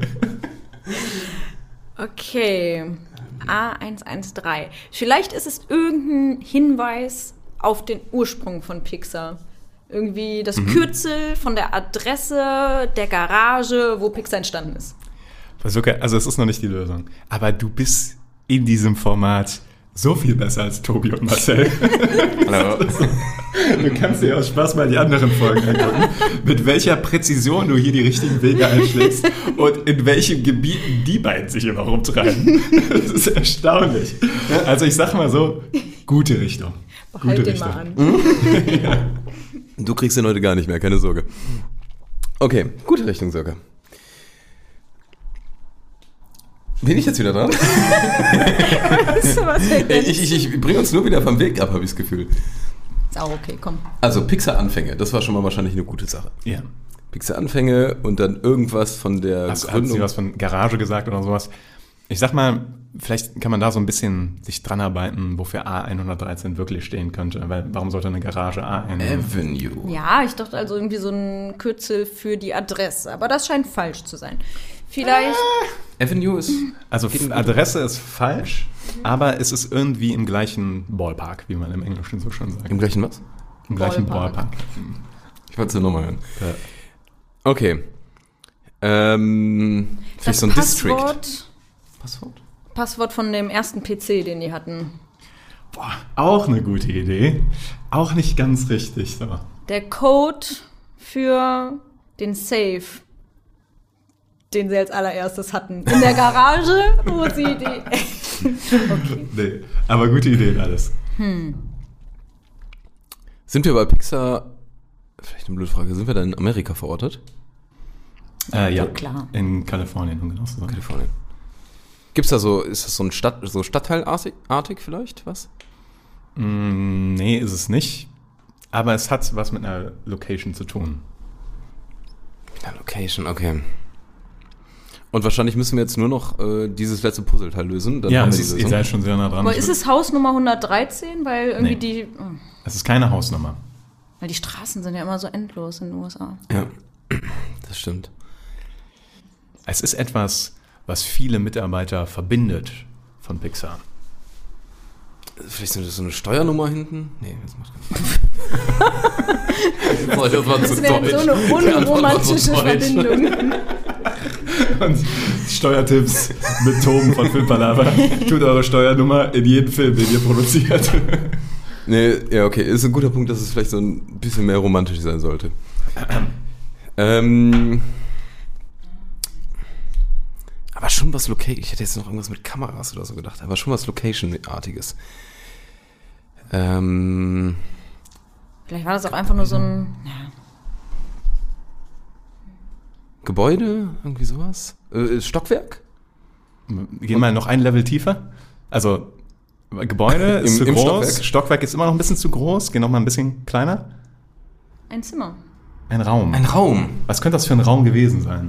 Speaker 6: Okay, A hundertzehn. Vielleicht ist es irgendein Hinweis auf den Ursprung von Pixar. irgendwie das mhm. Kürzel von der Adresse der Garage, wo Pixar entstanden ist.
Speaker 1: Okay, also es ist noch nicht die Lösung. Aber du bist in diesem Format so viel besser als Tobi und Marcel.
Speaker 5: Hallo.
Speaker 1: Du kannst dir aus Spaß mal die anderen Folgen angucken, mit welcher Präzision du hier die richtigen Wege einschlägst und in welchen Gebieten die beiden sich immer rumtreiben. Das ist erstaunlich. Also ich sag mal so, gute Richtung.
Speaker 6: Behalt
Speaker 1: gute
Speaker 6: den
Speaker 1: Richtung.
Speaker 6: mal an.
Speaker 1: Ja.
Speaker 5: Du kriegst den heute gar nicht mehr, keine Sorge. Okay, gute Richtung, Sirka. Bin ich jetzt wieder dran?
Speaker 6: Weißt du, was wir
Speaker 5: Ey, ich, ich, ich bringe uns nur wieder vom Weg ab, habe ich das Gefühl.
Speaker 6: Ist auch okay, komm.
Speaker 5: Also Pixar-Anfänge, das war schon mal wahrscheinlich eine gute Sache.
Speaker 1: Ja.
Speaker 5: Pixar-Anfänge und dann irgendwas von der
Speaker 1: Hast, hat sie was von Garage gesagt oder sowas? Ich sag mal, vielleicht kann man da so ein bisschen sich dran arbeiten, wofür A hundertdreizehn wirklich stehen könnte. Weil warum sollte eine Garage A ein...
Speaker 5: Avenue.
Speaker 6: Ja, ich dachte also irgendwie so ein Kürzel für die Adresse, aber das scheint falsch zu sein. Vielleicht...
Speaker 5: Avenue ist...
Speaker 1: Also Adresse ist falsch, aber es ist irgendwie im gleichen Ballpark, wie man im Englischen so schon sagt.
Speaker 5: Im gleichen was?
Speaker 1: Im gleichen
Speaker 6: Ballpark.
Speaker 1: Ballpark.
Speaker 5: Ich wollte es nur nochmal hören.
Speaker 1: Ja.
Speaker 5: Okay. Ähm, vielleicht
Speaker 6: Das
Speaker 5: so ein
Speaker 6: Passwort,
Speaker 5: District. Passwort?
Speaker 6: Passwort von dem ersten P C, den die hatten.
Speaker 1: Boah, auch eine gute Idee. Auch nicht ganz richtig so.
Speaker 6: Der Code für den Safe, den sie als allererstes hatten. In der Garage, wo sie die... Okay.
Speaker 1: Nee, aber gute Ideen alles.
Speaker 5: Sind wir bei Pixar, vielleicht eine blöde Frage, sind wir da in Amerika verortet?
Speaker 1: Äh, ja,
Speaker 6: klar.
Speaker 1: In Kalifornien, um genau zu sein.
Speaker 5: Kalifornien. Gibt's da so, ist das so ein Stadt, so Stadtteilartig artig vielleicht, was?
Speaker 1: Mm, nee, ist es nicht. Aber es hat was mit einer Location zu tun.
Speaker 5: Ja, Location, okay. Und wahrscheinlich müssen wir jetzt nur noch äh, dieses letzte Puzzleteil lösen. Dann
Speaker 1: Ja,
Speaker 5: haben
Speaker 1: es
Speaker 5: wir die
Speaker 1: ist, ihr
Speaker 5: Lösung.
Speaker 1: seid schon sehr nah dran.
Speaker 6: Aber
Speaker 1: Ich
Speaker 6: ist
Speaker 1: würd-
Speaker 6: es Haus Nummer hundertdreizehn? Weil irgendwie
Speaker 1: Nee.
Speaker 6: die... oh,
Speaker 1: Es ist keine Hausnummer.
Speaker 6: weil die Straßen sind ja immer so endlos in den U S A.
Speaker 5: Ja, das stimmt.
Speaker 1: Es ist etwas, was viele Mitarbeiter verbindet von Pixar.
Speaker 5: Vielleicht ist das so eine Steuernummer hinten? Nee, das macht keinen Sinn. Das war zu
Speaker 6: Das wäre so eine
Speaker 5: deutsch. Die Antwort war
Speaker 6: unromantische
Speaker 5: so deutsch.
Speaker 6: Verbindung.
Speaker 1: Und Steuertipps mit Toben von Filmpalava. Tut eure Steuernummer in jeden Film, den ihr produziert.
Speaker 5: Nee, ja, okay. Ist ein guter Punkt, dass es vielleicht so ein bisschen mehr romantisch sein sollte. ähm, aber schon was Location. Ich hätte jetzt noch irgendwas mit Kameras oder so gedacht, aber schon was Location-artiges. Ähm,
Speaker 6: Vielleicht war das auch einfach nur so ein... Ja.
Speaker 5: Gebäude? Irgendwie sowas? Äh, Stockwerk?
Speaker 1: Gehen wir noch ein Level tiefer. Also, Gebäude ist
Speaker 5: Im-
Speaker 1: zu
Speaker 5: im
Speaker 1: groß.
Speaker 5: Stockwerk?
Speaker 1: Stockwerk ist immer noch ein bisschen zu groß. Geh noch mal ein bisschen kleiner.
Speaker 6: Ein Zimmer.
Speaker 1: Ein Raum.
Speaker 5: Ein Raum.
Speaker 1: Was könnte das für ein Raum gewesen sein?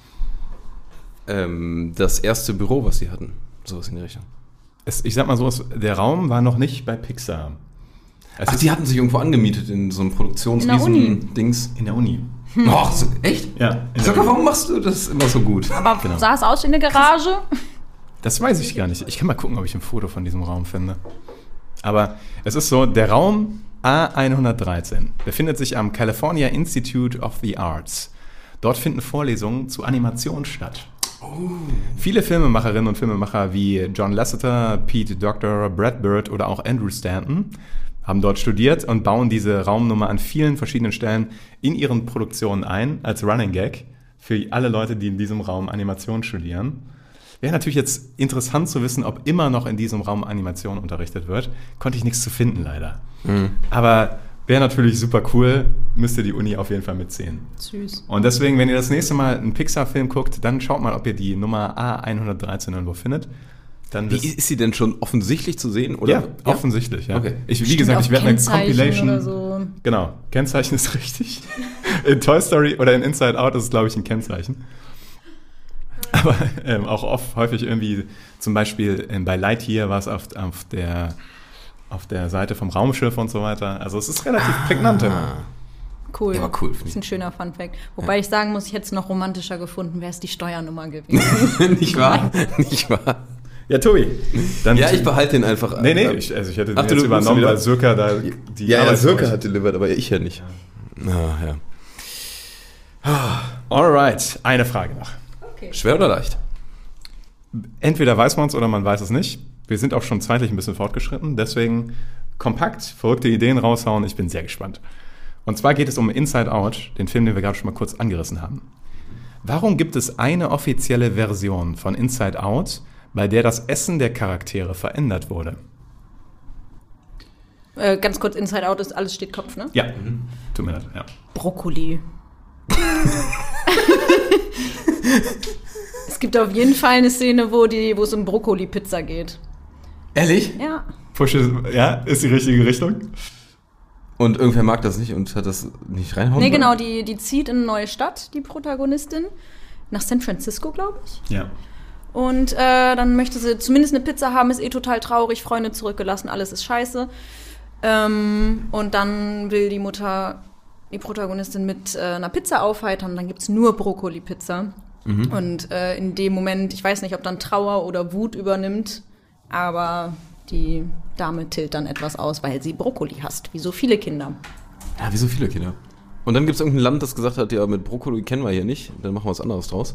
Speaker 5: Ähm, das erste Büro, was sie hatten. Sowas in die Richtung.
Speaker 1: Es, ich sag mal so, es, der Raum war noch nicht bei Pixar. Es
Speaker 5: Ach,
Speaker 1: ist
Speaker 5: die hatten sich irgendwo angemietet in so einem
Speaker 6: In der Uni.
Speaker 5: Produktionsriesen-Dings.
Speaker 1: in der Uni.
Speaker 5: Ach, so, echt?
Speaker 1: Ja. in der
Speaker 5: Sag mal,
Speaker 1: Uni.
Speaker 5: warum machst du das immer so gut?
Speaker 6: Aber
Speaker 1: Genau.
Speaker 6: sah es aus wie eine Garage?
Speaker 1: Das weiß ich gar nicht. Ich kann mal gucken, ob ich ein Foto von diesem Raum finde. Aber es ist so, der Raum A hundertdreizehn befindet sich am California Institute of the Arts. Dort finden Vorlesungen zu Animation statt. Viele Filmemacherinnen und Filmemacher wie John Lasseter, Pete Docter, Brad Bird oder auch Andrew Stanton haben dort studiert und bauen diese Raumnummer an vielen verschiedenen Stellen in ihren Produktionen ein, als Running Gag für alle Leute, die in diesem Raum Animation studieren. Wäre natürlich jetzt interessant zu wissen, ob immer noch in diesem Raum Animation unterrichtet wird. Konnte ich nichts zu finden, leider. Aber wäre natürlich super cool, müsste die Uni auf jeden Fall mitziehen.
Speaker 6: Süß.
Speaker 1: Und deswegen, wenn ihr das nächste Mal einen Pixar-Film guckt, dann schaut mal, ob ihr die Nummer A hundertdreizehn irgendwo findet. Dann
Speaker 5: Wie,
Speaker 1: wisst-
Speaker 5: ist sie denn schon offensichtlich zu sehen? Oder?
Speaker 1: ja, offensichtlich, ja.
Speaker 5: Okay.
Speaker 1: Ich, wie
Speaker 6: Bestimmt
Speaker 1: gesagt,
Speaker 6: auf
Speaker 1: ich werde eine
Speaker 6: Kennzeichen
Speaker 1: Compilation.
Speaker 6: oder so.
Speaker 1: Genau, Kennzeichen ist richtig. In Toy Story oder in Inside Out ist es, glaube ich, ein Kennzeichen. Aber ähm, auch oft, häufig irgendwie, zum Beispiel ähm, bei Lightyear war es auf, auf, der, auf der Seite vom Raumschiff und so weiter. Also es ist relativ prägnant immer.
Speaker 6: Cool.
Speaker 5: Ja, aber cool,
Speaker 6: Das
Speaker 5: finde
Speaker 6: ist ein schöner Funfact. Wobei ich sagen muss, ich hätte es noch romantischer gefunden, wäre es die Steuernummer gewesen.
Speaker 5: ich. Nicht wahr? Nicht wahr?
Speaker 1: Ja, Tobi. Dann
Speaker 5: Ja, ich behalte den einfach.
Speaker 1: Nee, nee, ich, also ich hätte den
Speaker 5: Ach, du
Speaker 1: jetzt
Speaker 5: musst
Speaker 1: übernommen,
Speaker 5: wieder-
Speaker 1: weil Sirka da die
Speaker 5: Ja, ja,
Speaker 1: Arbeit
Speaker 5: Sirka
Speaker 1: macht.
Speaker 5: hat delivered, aber ich ja nicht. Ah, ja.
Speaker 1: Alright, eine Frage noch.
Speaker 5: Schwer oder leicht?
Speaker 1: Entweder weiß man es oder man weiß es nicht. Wir sind auch schon zeitlich ein bisschen fortgeschritten, deswegen kompakt, verrückte Ideen raushauen. Ich bin sehr gespannt. Und zwar geht es um Inside Out, den Film, den wir gerade schon mal kurz angerissen haben. Warum gibt es eine offizielle Version von Inside Out, bei der das Essen der Charaktere verändert wurde?
Speaker 6: Äh, ganz kurz, Inside Out ist alles steht Kopf, ne?
Speaker 1: Ja, mhm. Tut mir leid, ja.
Speaker 6: Brokkoli. Es gibt auf jeden Fall eine Szene, wo, die, wo es um Brokkoli-Pizza geht.
Speaker 5: Ehrlich?
Speaker 6: Ja.
Speaker 1: Push is, ja, ist die richtige Richtung.
Speaker 5: Und irgendwer mag das nicht und hat das nicht reinhauen
Speaker 6: Nee,
Speaker 5: wollen?
Speaker 6: genau, die, die zieht in eine neue Stadt, die Protagonistin. Nach San Francisco, glaube ich.
Speaker 1: Ja.
Speaker 6: Und äh, dann möchte sie zumindest eine Pizza haben, ist eh total traurig, Freunde zurückgelassen, alles ist scheiße. Ähm, und dann will die Mutter die Protagonistin mit äh, einer Pizza aufheitern, dann gibt's nur Brokkoli-Pizza. Mhm. Und äh, in dem Moment, ich weiß nicht, ob dann Trauer oder Wut übernimmt, aber die Dame tilt dann etwas aus, weil sie Brokkoli hasst, wie so viele Kinder.
Speaker 5: Ja, wie so viele Kinder. Und dann gibt es irgendein Land, das gesagt hat, ja, mit Brokkoli kennen wir hier nicht, dann machen wir was anderes draus.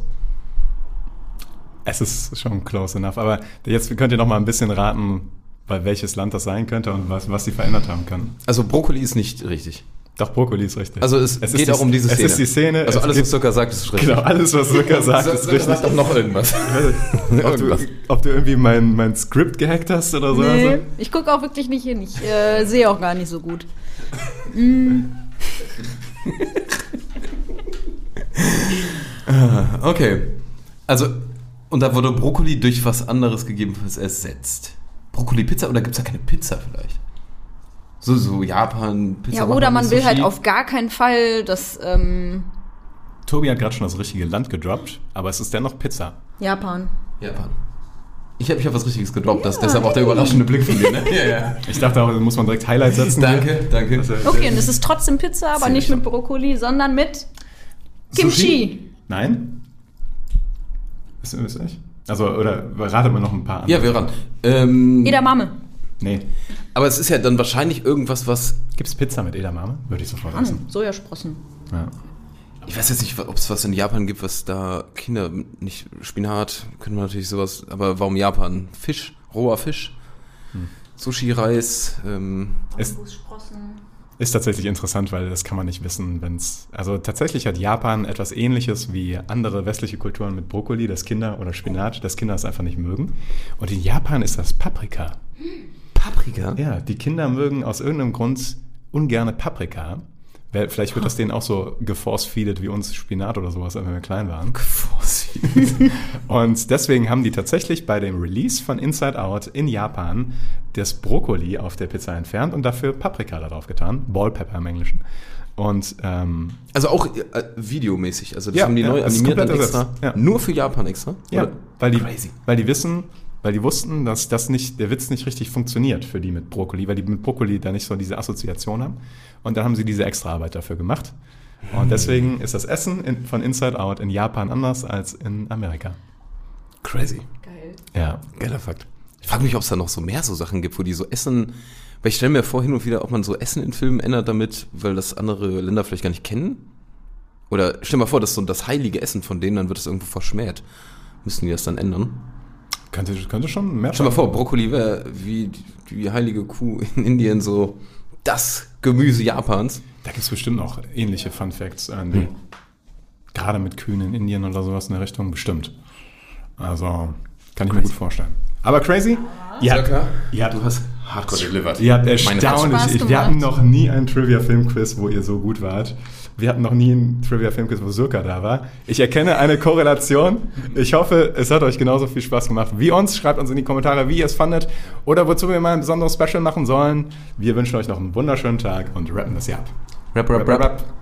Speaker 1: Es ist schon close enough, aber jetzt könnt ihr noch mal ein bisschen raten, bei welches Land das sein könnte und was, was sie verändert haben können.
Speaker 5: Also Brokkoli ist nicht richtig.
Speaker 1: Doch, Brokkoli ist richtig.
Speaker 5: Also es,
Speaker 1: es
Speaker 5: geht
Speaker 1: ist
Speaker 5: auch um diese Szene.
Speaker 1: Es ist die Szene.
Speaker 5: Also alles, was Zucker sagt, ist richtig.
Speaker 1: Genau, alles, was Zucker sagt, ist richtig.
Speaker 5: Sagt doch noch irgendwas.
Speaker 1: ob, du, ob du irgendwie mein, mein Skript gehackt hast oder so.
Speaker 6: Nee,
Speaker 1: also?
Speaker 6: ich gucke auch wirklich nicht hin. Ich äh, sehe auch gar nicht so gut. Mm.
Speaker 5: Okay. Also, und da wurde Brokkoli durch was anderes gegebenenfalls ersetzt. Brokkoli-Pizza oder gibt es da keine Pizza vielleicht? So, so Japan-Pizza.
Speaker 6: Ja, oder man will halt auf gar keinen Fall das ähm
Speaker 1: Tobi hat gerade schon das richtige Land gedroppt, aber es ist dennoch Pizza.
Speaker 6: Japan.
Speaker 5: Japan. Ich habe ich hab was Richtiges gedroppt, das, deshalb auch der überraschende Blick von dir, ne? Ja, ja.
Speaker 1: Ich dachte auch, da muss man direkt Highlight setzen.
Speaker 5: Danke, danke.
Speaker 6: Okay, und es ist trotzdem Pizza, aber
Speaker 5: Sehr
Speaker 6: nicht mit Brokkoli, sondern mit Kimchi.
Speaker 1: Sushi? Nein? Ist das echt? Also, oder ratet man noch ein paar an?
Speaker 5: Ja, wir ran. Ähm,
Speaker 6: Edamame.
Speaker 1: Nee.
Speaker 5: aber es ist ja dann wahrscheinlich irgendwas, was...
Speaker 1: Gibt es Pizza mit Edamame? Würde ich sofort
Speaker 6: Mann,
Speaker 1: essen.
Speaker 6: Sojasprossen.
Speaker 1: Ja.
Speaker 5: Ich weiß jetzt nicht, ob es was in Japan gibt, was da Kinder nicht Spinat, können wir natürlich sowas, aber warum Japan? Fisch, roher Fisch, hm. Sushi, Reis, ähm,
Speaker 1: Ist, ist tatsächlich interessant, weil das kann man nicht wissen, wenn es. Also tatsächlich hat Japan etwas Ähnliches wie andere westliche Kulturen mit Brokkoli, das Kinder oder Spinat, das Kinder es einfach nicht mögen. Und in Japan ist das Paprika.
Speaker 5: Paprika?
Speaker 1: Ja, die Kinder mögen aus irgendeinem Grund ungerne Paprika. Vielleicht wird das denen auch so geforce-feedet wie uns Spinat oder sowas, wenn wir klein waren.
Speaker 5: Geforce-feedet.
Speaker 1: Und deswegen haben die tatsächlich bei dem Release von Inside Out in Japan das Brokkoli auf der Pizza entfernt und dafür Paprika da drauf getan. Ball Pepper im Englischen. Und, ähm,
Speaker 5: Also auch äh, videomäßig, also das
Speaker 1: Ja,
Speaker 5: haben die
Speaker 1: ja,
Speaker 5: neu
Speaker 1: das ist
Speaker 5: animiert dann
Speaker 1: komplett
Speaker 5: extra.
Speaker 1: ersetzt, ja.
Speaker 5: Nur für Japan extra?
Speaker 1: ja,
Speaker 5: Oder?
Speaker 1: weil die,
Speaker 5: Crazy.
Speaker 1: weil die wissen, weil die wussten, dass das nicht, der Witz nicht richtig funktioniert für die mit Brokkoli, weil die mit Brokkoli da nicht so diese Assoziation haben. Und dann haben sie diese Extraarbeit dafür gemacht. Und deswegen ist das Essen in, von Inside Out in Japan anders als in Amerika.
Speaker 5: Crazy.
Speaker 6: Geil.
Speaker 1: Ja.
Speaker 5: Geiler Fakt. Ich frage mich, ob es da noch so mehr so Sachen gibt, wo die so essen, weil ich stelle mir vor hin und wieder, ob man so Essen in Filmen ändert damit, weil das andere Länder vielleicht gar nicht kennen. Oder stell dir mal vor, das ist so das heilige Essen von denen, dann wird es irgendwo verschmäht. Müssen die das dann ändern?
Speaker 1: Könnte, könnte schon mehr
Speaker 5: Stell dir mal vor, Brokkoli wäre wie die, die heilige Kuh in Indien so das Gemüse Japans.
Speaker 1: Da gibt es bestimmt noch ähnliche Fun Facts. Ähm,
Speaker 5: Hm.
Speaker 1: Gerade mit Kühen in Indien oder sowas in der Richtung bestimmt. Also kann ich mir
Speaker 5: Crazy.
Speaker 1: gut vorstellen. Aber crazy? Ja, ja,
Speaker 5: Du hast hardcore delivered.
Speaker 1: Ihr habt
Speaker 5: Meine
Speaker 1: erstaunlich.
Speaker 6: Spaß
Speaker 1: Ich, wir hatten
Speaker 6: gemacht.
Speaker 1: noch nie einen Trivia-Film-Quiz, wo ihr so gut wart. Wir hatten noch nie einen Trivia-Film-Quiz, wo Sirka da war. Ich erkenne eine Korrelation. Ich hoffe, es hat euch genauso viel Spaß gemacht wie uns. Schreibt uns in die Kommentare, wie ihr es fandet oder wozu wir mal ein besonderes Special machen sollen. Wir wünschen euch noch einen wunderschönen Tag und rappen das Jahr ab.
Speaker 5: Rap, rap, rap.
Speaker 1: rap.